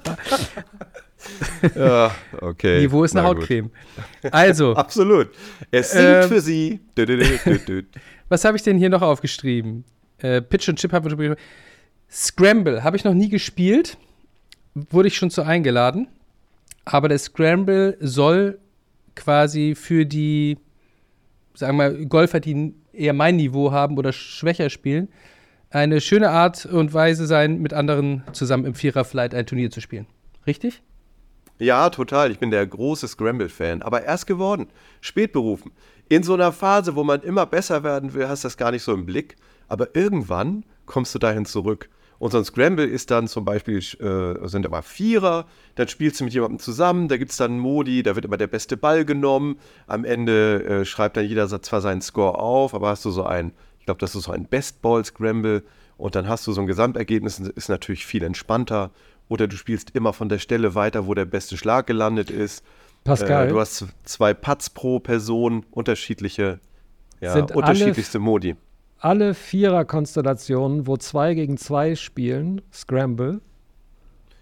Ja, okay. Niveau ist eine Na gut. Hautcreme. Also, Absolut. Es singt für sie. was habe ich denn hier noch aufgeschrieben? Pitch und Chip haben wir schon besprochen. Scramble habe ich noch nie gespielt. Wurde ich schon zu eingeladen. Aber der Scramble soll quasi für die, sagen wir mal, Golfer, die eher mein Niveau haben oder schwächer spielen, eine schöne Art und Weise sein, mit anderen zusammen im Vierer-Flight ein Turnier zu spielen. Richtig? Ja, total. Ich bin der große Scramble-Fan. Aber erst geworden. Spät berufen. In so einer Phase, wo man immer besser werden will, hast du das gar nicht so im Blick. Aber irgendwann kommst du dahin zurück. Und so ein Scramble ist dann zum Beispiel, sind aber Vierer, dann spielst du mit jemandem zusammen, da gibt es dann einen Modi, da wird immer der beste Ball genommen. Am Ende schreibt dann jeder zwar seinen Score auf, aber hast du so ein, ich glaube, das ist so ein Best-Ball-Scramble. Und dann hast du so ein Gesamtergebnis, ist natürlich viel entspannter. Oder du spielst immer von der Stelle weiter, wo der beste Schlag gelandet ist. Pascal, Du hast 2 Putts pro Person, unterschiedlichste Modi. alle Vierer-Konstellationen, wo 2 gegen 2 spielen, Scramble.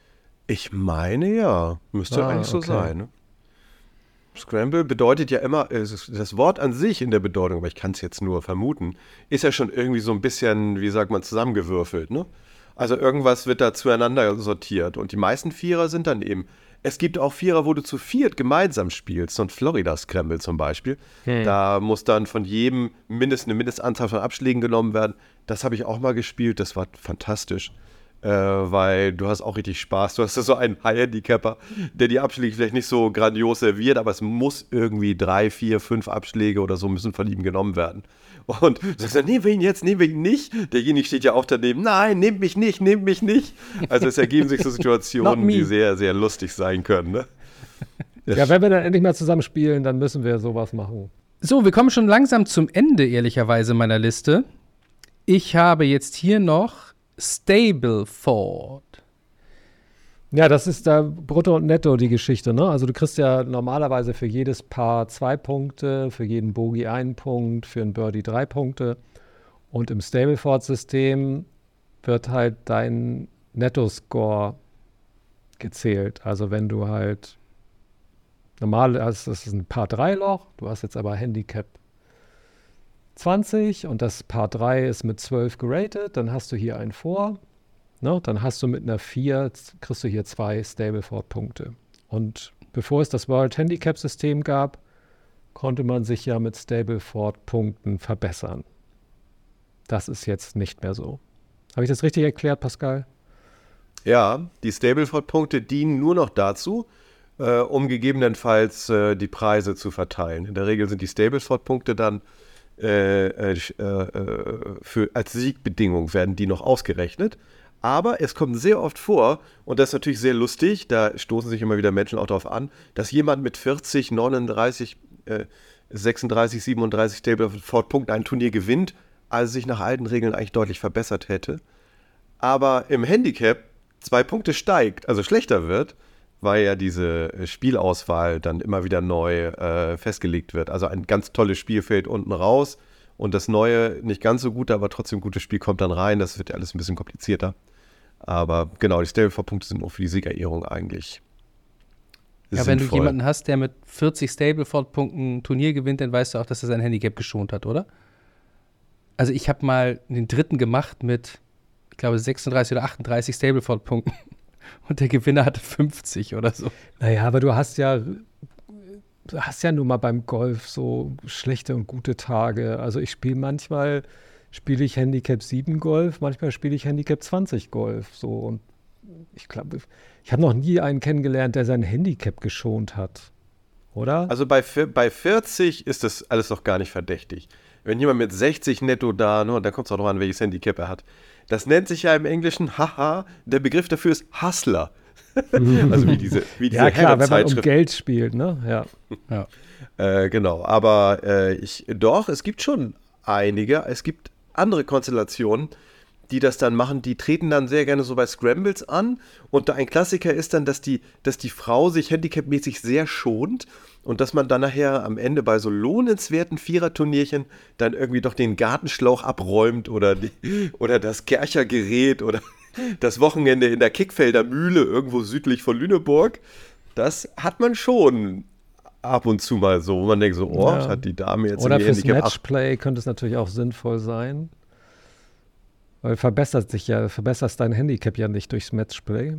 Ich meine ja, müsste eigentlich so sein. Ne? Scramble bedeutet ja immer, das Wort an sich in der Bedeutung, aber ich kann es jetzt nur vermuten, ist ja schon irgendwie so ein bisschen, wie sagt man, zusammengewürfelt. Ne? Also irgendwas wird da zueinander sortiert und die meisten Vierer sind dann eben, es gibt auch Vierer, wo du zu viert gemeinsam spielst, so ein Florida Scramble zum Beispiel. Da muss dann von jedem eine Mindestanzahl von Abschlägen genommen werden. Das habe ich auch mal gespielt, das war fantastisch. Weil du hast auch richtig Spaß. Du hast ja so einen High-Handicapper, der die Abschläge vielleicht nicht so grandios serviert, aber es muss irgendwie 3, 4, 5 Abschläge oder so müssen von ihm genommen werden. Und du sagst dann, nehmen wir ihn jetzt, nehmen wir ihn nicht. Derjenige steht ja auch daneben, nein, nehmt mich nicht, nehmt mich nicht. Also es ergeben sich so Situationen, die sehr, sehr lustig sein können. Ne? Ja, wenn wir dann endlich mal zusammen spielen, dann müssen wir sowas machen. So, wir kommen schon langsam zum Ende, ehrlicherweise, meiner Liste. Ich habe jetzt hier noch Stableford. Ja, das ist da brutto und netto die Geschichte, ne? Also du kriegst ja normalerweise für jedes Paar 2 Punkte, für jeden Bogey 1 Punkt, für einen Birdie 3 Punkte. Und im Stableford-System wird halt dein Netto-Score gezählt. Also wenn du halt normal hast, das ist ein Paar 3 Loch, du hast jetzt aber Handicap 20 und das Paar 3 ist mit 12 geratet, dann hast du hier einen vor. Ne? Dann hast du mit einer 4, kriegst du hier 2 Stableford-Punkte. Und bevor es das World Handicap-System gab, konnte man sich ja mit Stableford-Punkten verbessern. Das ist jetzt nicht mehr so. Habe ich das richtig erklärt, Pascal? Ja, die Stableford-Punkte dienen nur noch dazu, um gegebenenfalls die Preise zu verteilen. In der Regel sind die Stableford-Punkte dann als Siegbedingung werden die noch ausgerechnet. Aber es kommt sehr oft vor, und das ist natürlich sehr lustig, da stoßen sich immer wieder Menschen auch darauf an, dass jemand mit 40, 39, 36, 37 Stableford-Punkten ein Turnier gewinnt, also sich nach alten Regeln eigentlich deutlich verbessert hätte. Aber im Handicap 2 Punkte steigt, also schlechter wird, weil ja diese Spielauswahl dann immer wieder neu festgelegt wird. Also ein ganz tolles Spiel fällt unten raus und das neue, nicht ganz so gute, aber trotzdem gutes Spiel kommt dann rein. Das wird ja alles ein bisschen komplizierter. Aber genau, die Stableford-Punkte sind auch für die Siegerehrung eigentlich sinnvoll. Wenn du jemanden hast, der mit 40 Stableford-Punkten ein Turnier gewinnt, dann weißt du auch, dass er sein Handicap geschont hat, oder? Also ich habe mal den dritten gemacht mit, ich glaube, 36 oder 38 Stableford-Punkten. Und der Gewinner hatte 50 oder so. Naja, aber du hast ja nun mal beim Golf so schlechte und gute Tage. Also manchmal spiele ich Handicap 7 Golf, manchmal spiele ich Handicap 20 Golf. So. Und ich glaube, ich habe noch nie einen kennengelernt, der sein Handicap geschont hat. Oder? Also bei 40 ist das alles noch gar nicht verdächtig. Wenn jemand mit 60 netto da, ne, da kommt es auch noch an, welches Handicap er hat. Das nennt sich ja im Englischen, haha, der Begriff dafür ist Hustler. Also wie diese ja klar, wenn man um Geld spielt, ne? Ja. Genau, aber es gibt schon einige, es gibt andere Konstellationen, die das dann machen, die treten dann sehr gerne so bei Scrambles an und ein Klassiker ist dann, dass die Frau sich handicapmäßig sehr schont und dass man dann nachher am Ende bei so lohnenswerten Viererturnierchen dann irgendwie doch den Gartenschlauch abräumt oder das Kerchergerät oder das Wochenende in der Kickfelder Mühle irgendwo südlich von Lüneburg. Das hat man schon ab und zu mal so, wo man denkt so, hat die Dame jetzt oder fürs Matchplay könnte es natürlich auch sinnvoll sein. Weil verbesserst dein Handicap ja nicht durchs Matchplay.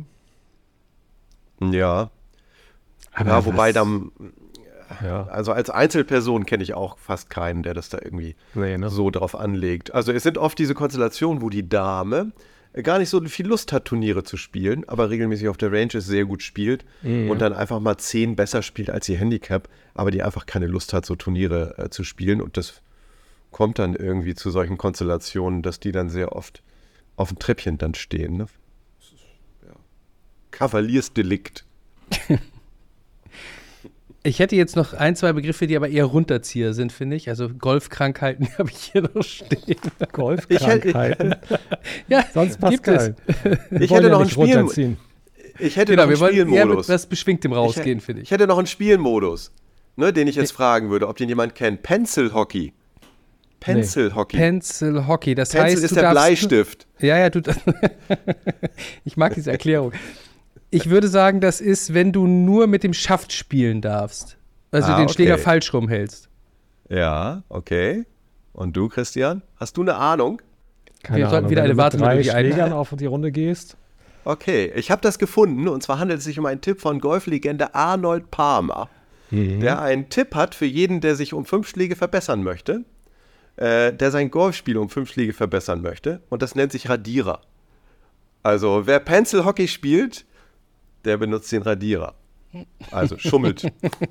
Ja. Aber wobei dann, also als Einzelperson kenne ich auch fast keinen, der das da irgendwie so drauf anlegt. Also es sind oft diese Konstellationen, wo die Dame gar nicht so viel Lust hat, Turniere zu spielen, aber regelmäßig auf der Range ist, sehr gut spielt und dann einfach mal 10 besser spielt als ihr Handicap, aber die einfach keine Lust hat, so Turniere zu spielen und das kommt dann irgendwie zu solchen Konstellationen, dass die dann sehr oft auf dem Treppchen dann stehen. Ne? Ja. Kavaliersdelikt. Ich hätte jetzt noch 1, 2 Begriffe, die aber eher Runterzieher sind, finde ich. Also Golfkrankheiten habe ich hier noch stehen. Golfkrankheiten? Ja, sonst Pascal. Ich hätte noch einen Spielmodus. Wir wollen eher mit was Beschwingtem rausgehen, finde ich. Ich hätte noch einen Spielmodus, ne, den ich jetzt fragen würde, ob den jemand kennt. Pencil Hockey. Pencil Hockey, das heißt, ist der Bleistift. Ja, ich mag diese Erklärung. Ich würde sagen, das ist, wenn du nur mit dem Schaft spielen darfst. Also den Schläger falsch rumhältst. Ja, okay. Und du, Christian? Hast du eine Ahnung? Wir sollten wieder eine Wartemittel, die Schlägern auf die Runde gehst. Okay, ich habe das gefunden. Und zwar handelt es sich um einen Tipp von Golflegende Arnold Palmer, der einen Tipp hat für jeden, der sich um 5 Schläge verbessern möchte, der sein Golfspiel um 5 Schläge verbessern möchte. Und das nennt sich Radierer. Also wer Pencil Hockey spielt, der benutzt den Radierer. Also schummelt.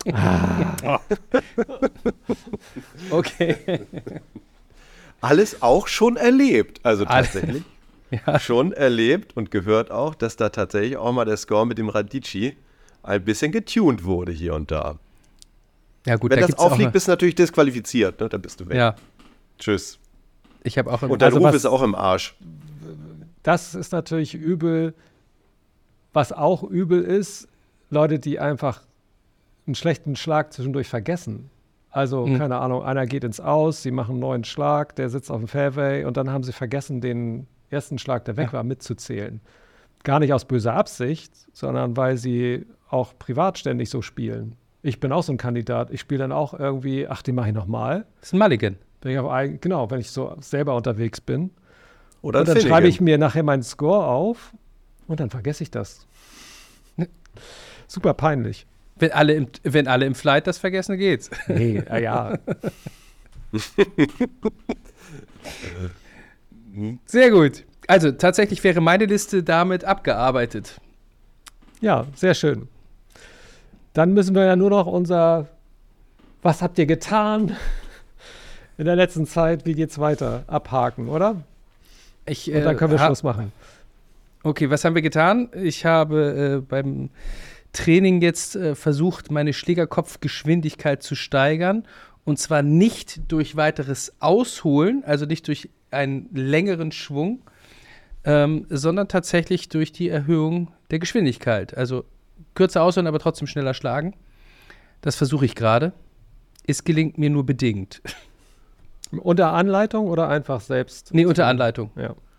Okay. Alles auch schon erlebt. Also tatsächlich schon erlebt und gehört auch, dass da tatsächlich auch mal der Score mit dem Radici ein bisschen getuned wurde hier und da. Ja, gut, wenn da das auffliegt, bist du natürlich disqualifiziert. Ne? Dann bist du weg. Ja. Tschüss. Ich habe auch und dein Ruf ist auch im Arsch. Das ist natürlich übel. Was auch übel ist, Leute, die einfach einen schlechten Schlag zwischendurch vergessen. Also, keine Ahnung, einer geht ins Aus, sie machen einen neuen Schlag, der sitzt auf dem Fairway und dann haben sie vergessen, den ersten Schlag, der weg war, mitzuzählen. Gar nicht aus böser Absicht, sondern weil sie auch privat ständig so spielen. Ich bin auch so ein Kandidat. Ich spiele dann auch irgendwie, den mache ich nochmal. Das ist ein Mulligan. Wenn ich so selber unterwegs bin. Oder und dann schreibe ich mir nachher meinen Score auf und dann vergesse ich das. Super peinlich. Wenn alle im Flight das vergessen, geht's. Nee, ja. Sehr gut. Also tatsächlich wäre meine Liste damit abgearbeitet. Ja, sehr schön. Dann müssen wir ja nur noch was habt ihr getan in der letzten Zeit, wie geht's weiter, abhaken, oder? Und dann können wir Schluss machen. Okay, was haben wir getan? Ich habe beim Training jetzt versucht, meine Schlägerkopfgeschwindigkeit zu steigern. Und zwar nicht durch weiteres Ausholen, also nicht durch einen längeren Schwung, sondern tatsächlich durch die Erhöhung der Geschwindigkeit. Also kürzer ausholen, aber trotzdem schneller schlagen. Das versuche ich gerade. Es gelingt mir nur bedingt. Unter Anleitung oder einfach selbst? Nee, unter Anleitung.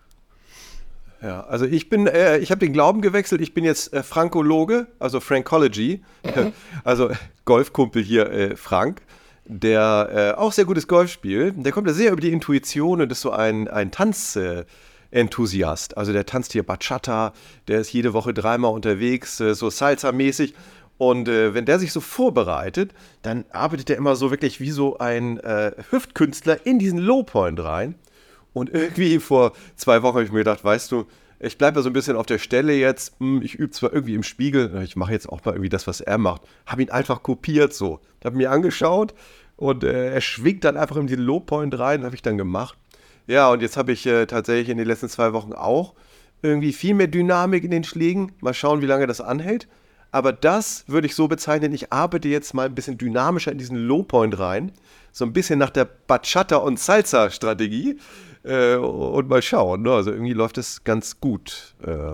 Ja, also ich habe den Glauben gewechselt, ich bin jetzt Frankologe, also Frankology, also Golfkumpel hier, Frank, der auch sehr gutes Golf spielt. Der kommt da sehr über die Intuition und ist so ein Tanzenthusiast. Also der tanzt hier Bachata, der ist jede Woche 3-mal unterwegs, so Salsa-mäßig. Und wenn der sich so vorbereitet, dann arbeitet er immer so wirklich wie so ein Hüftkünstler in diesen Lowpoint rein. Und irgendwie vor 2 Wochen habe ich mir gedacht, weißt du, ich bleibe ja so ein bisschen auf der Stelle jetzt. Ich übe zwar irgendwie im Spiegel, ich mache jetzt auch mal irgendwie das, was er macht. Habe ihn einfach kopiert so. Habe mir angeschaut und er schwingt dann einfach in den Lowpoint rein, habe ich dann gemacht. Ja, und jetzt habe ich tatsächlich in den letzten 2 Wochen auch irgendwie viel mehr Dynamik in den Schlägen. Mal schauen, wie lange das anhält. Aber das würde ich so bezeichnen, ich arbeite jetzt mal ein bisschen dynamischer in diesen Lowpoint rein. So ein bisschen nach der Bachata- und Salsa-Strategie. Und mal schauen, ne? Also irgendwie läuft es ganz gut.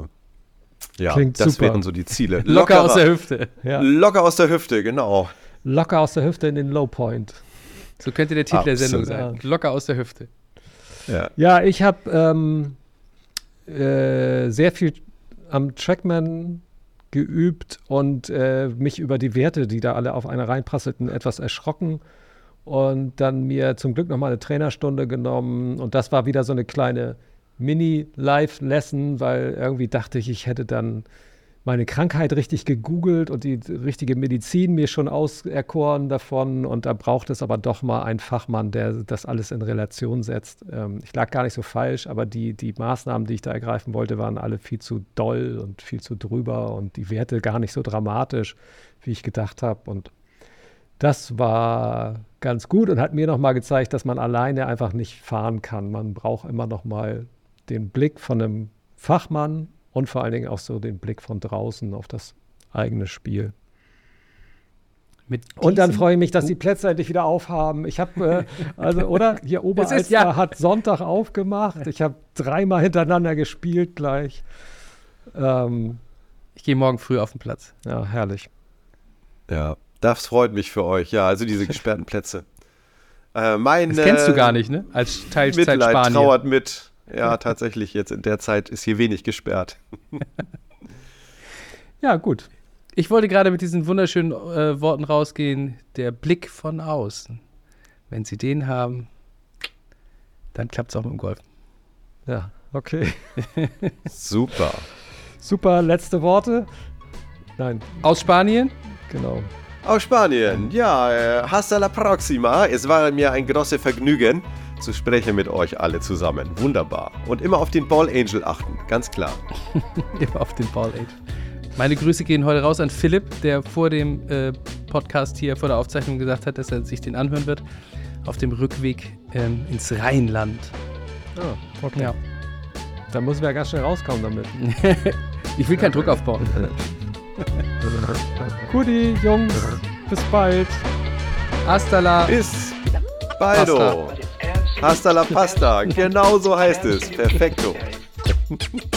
Ja, klingt das super. wären so die Ziele. Locker aus der Hüfte. Ja. Locker aus der Hüfte, genau. Locker aus der Hüfte in den Lowpoint. So könnte der Titel der Sendung sein. Ja. Locker aus der Hüfte. Ja, ich habe sehr viel am Trackman geübt und mich über die Werte, die da alle auf eine reinprasselten, etwas erschrocken und dann mir zum Glück nochmal eine Trainerstunde genommen und das war wieder so eine kleine Mini-Live-Lesson, weil irgendwie dachte ich, ich hätte dann meine Krankheit richtig gegoogelt und die richtige Medizin mir schon auserkoren davon und da braucht es aber doch mal einen Fachmann, der das alles in Relation setzt. Ich lag gar nicht so falsch, aber die Maßnahmen, die ich da ergreifen wollte, waren alle viel zu doll und viel zu drüber und die Werte gar nicht so dramatisch, wie ich gedacht habe und das war ganz gut und hat mir nochmal gezeigt, dass man alleine einfach nicht fahren kann. Man braucht immer noch mal den Blick von einem Fachmann und vor allen Dingen auch so den Blick von draußen auf das eigene Spiel. Und dann freue ich mich, dass die Plätze endlich wieder aufhaben. Ich habe, hier Oberalster hat Sonntag aufgemacht. Ich habe 3-mal hintereinander gespielt gleich. Ich gehe morgen früh auf den Platz. Ja, herrlich. Ja, das freut mich für euch. Ja, also diese gesperrten Plätze. Das kennst du gar nicht, ne? Als Teilzeit Mitleid trauert mit. Ja, tatsächlich, jetzt in der Zeit ist hier wenig gesperrt. Ja, gut. Ich wollte gerade mit diesen wunderschönen Worten rausgehen. Der Blick von außen. Wenn Sie den haben, dann klappt es auch mit dem Golf. Ja, okay. Super. Super, letzte Worte? Nein, Aus Spanien? genau. Aus Spanien. Ja, hasta la próxima. Es war mir ein großes Vergnügen zu sprechen mit euch alle zusammen. Wunderbar. Und immer auf den Ball Angel achten, ganz klar. Immer auf den Ball Angel. Meine Grüße gehen heute raus an Philipp, der vor dem Podcast hier, vor der Aufzeichnung gesagt hat, dass er sich den anhören wird. Auf dem Rückweg ins Rheinland. Ah, okay. Ja. Da müssen wir ja ganz schnell rauskommen damit. Ich will keinen Druck aufbauen. Guti, Jungs, bis bald. Hasta la. Bis baldo. Hasta la pasta. Genau so heißt es. Perfekto.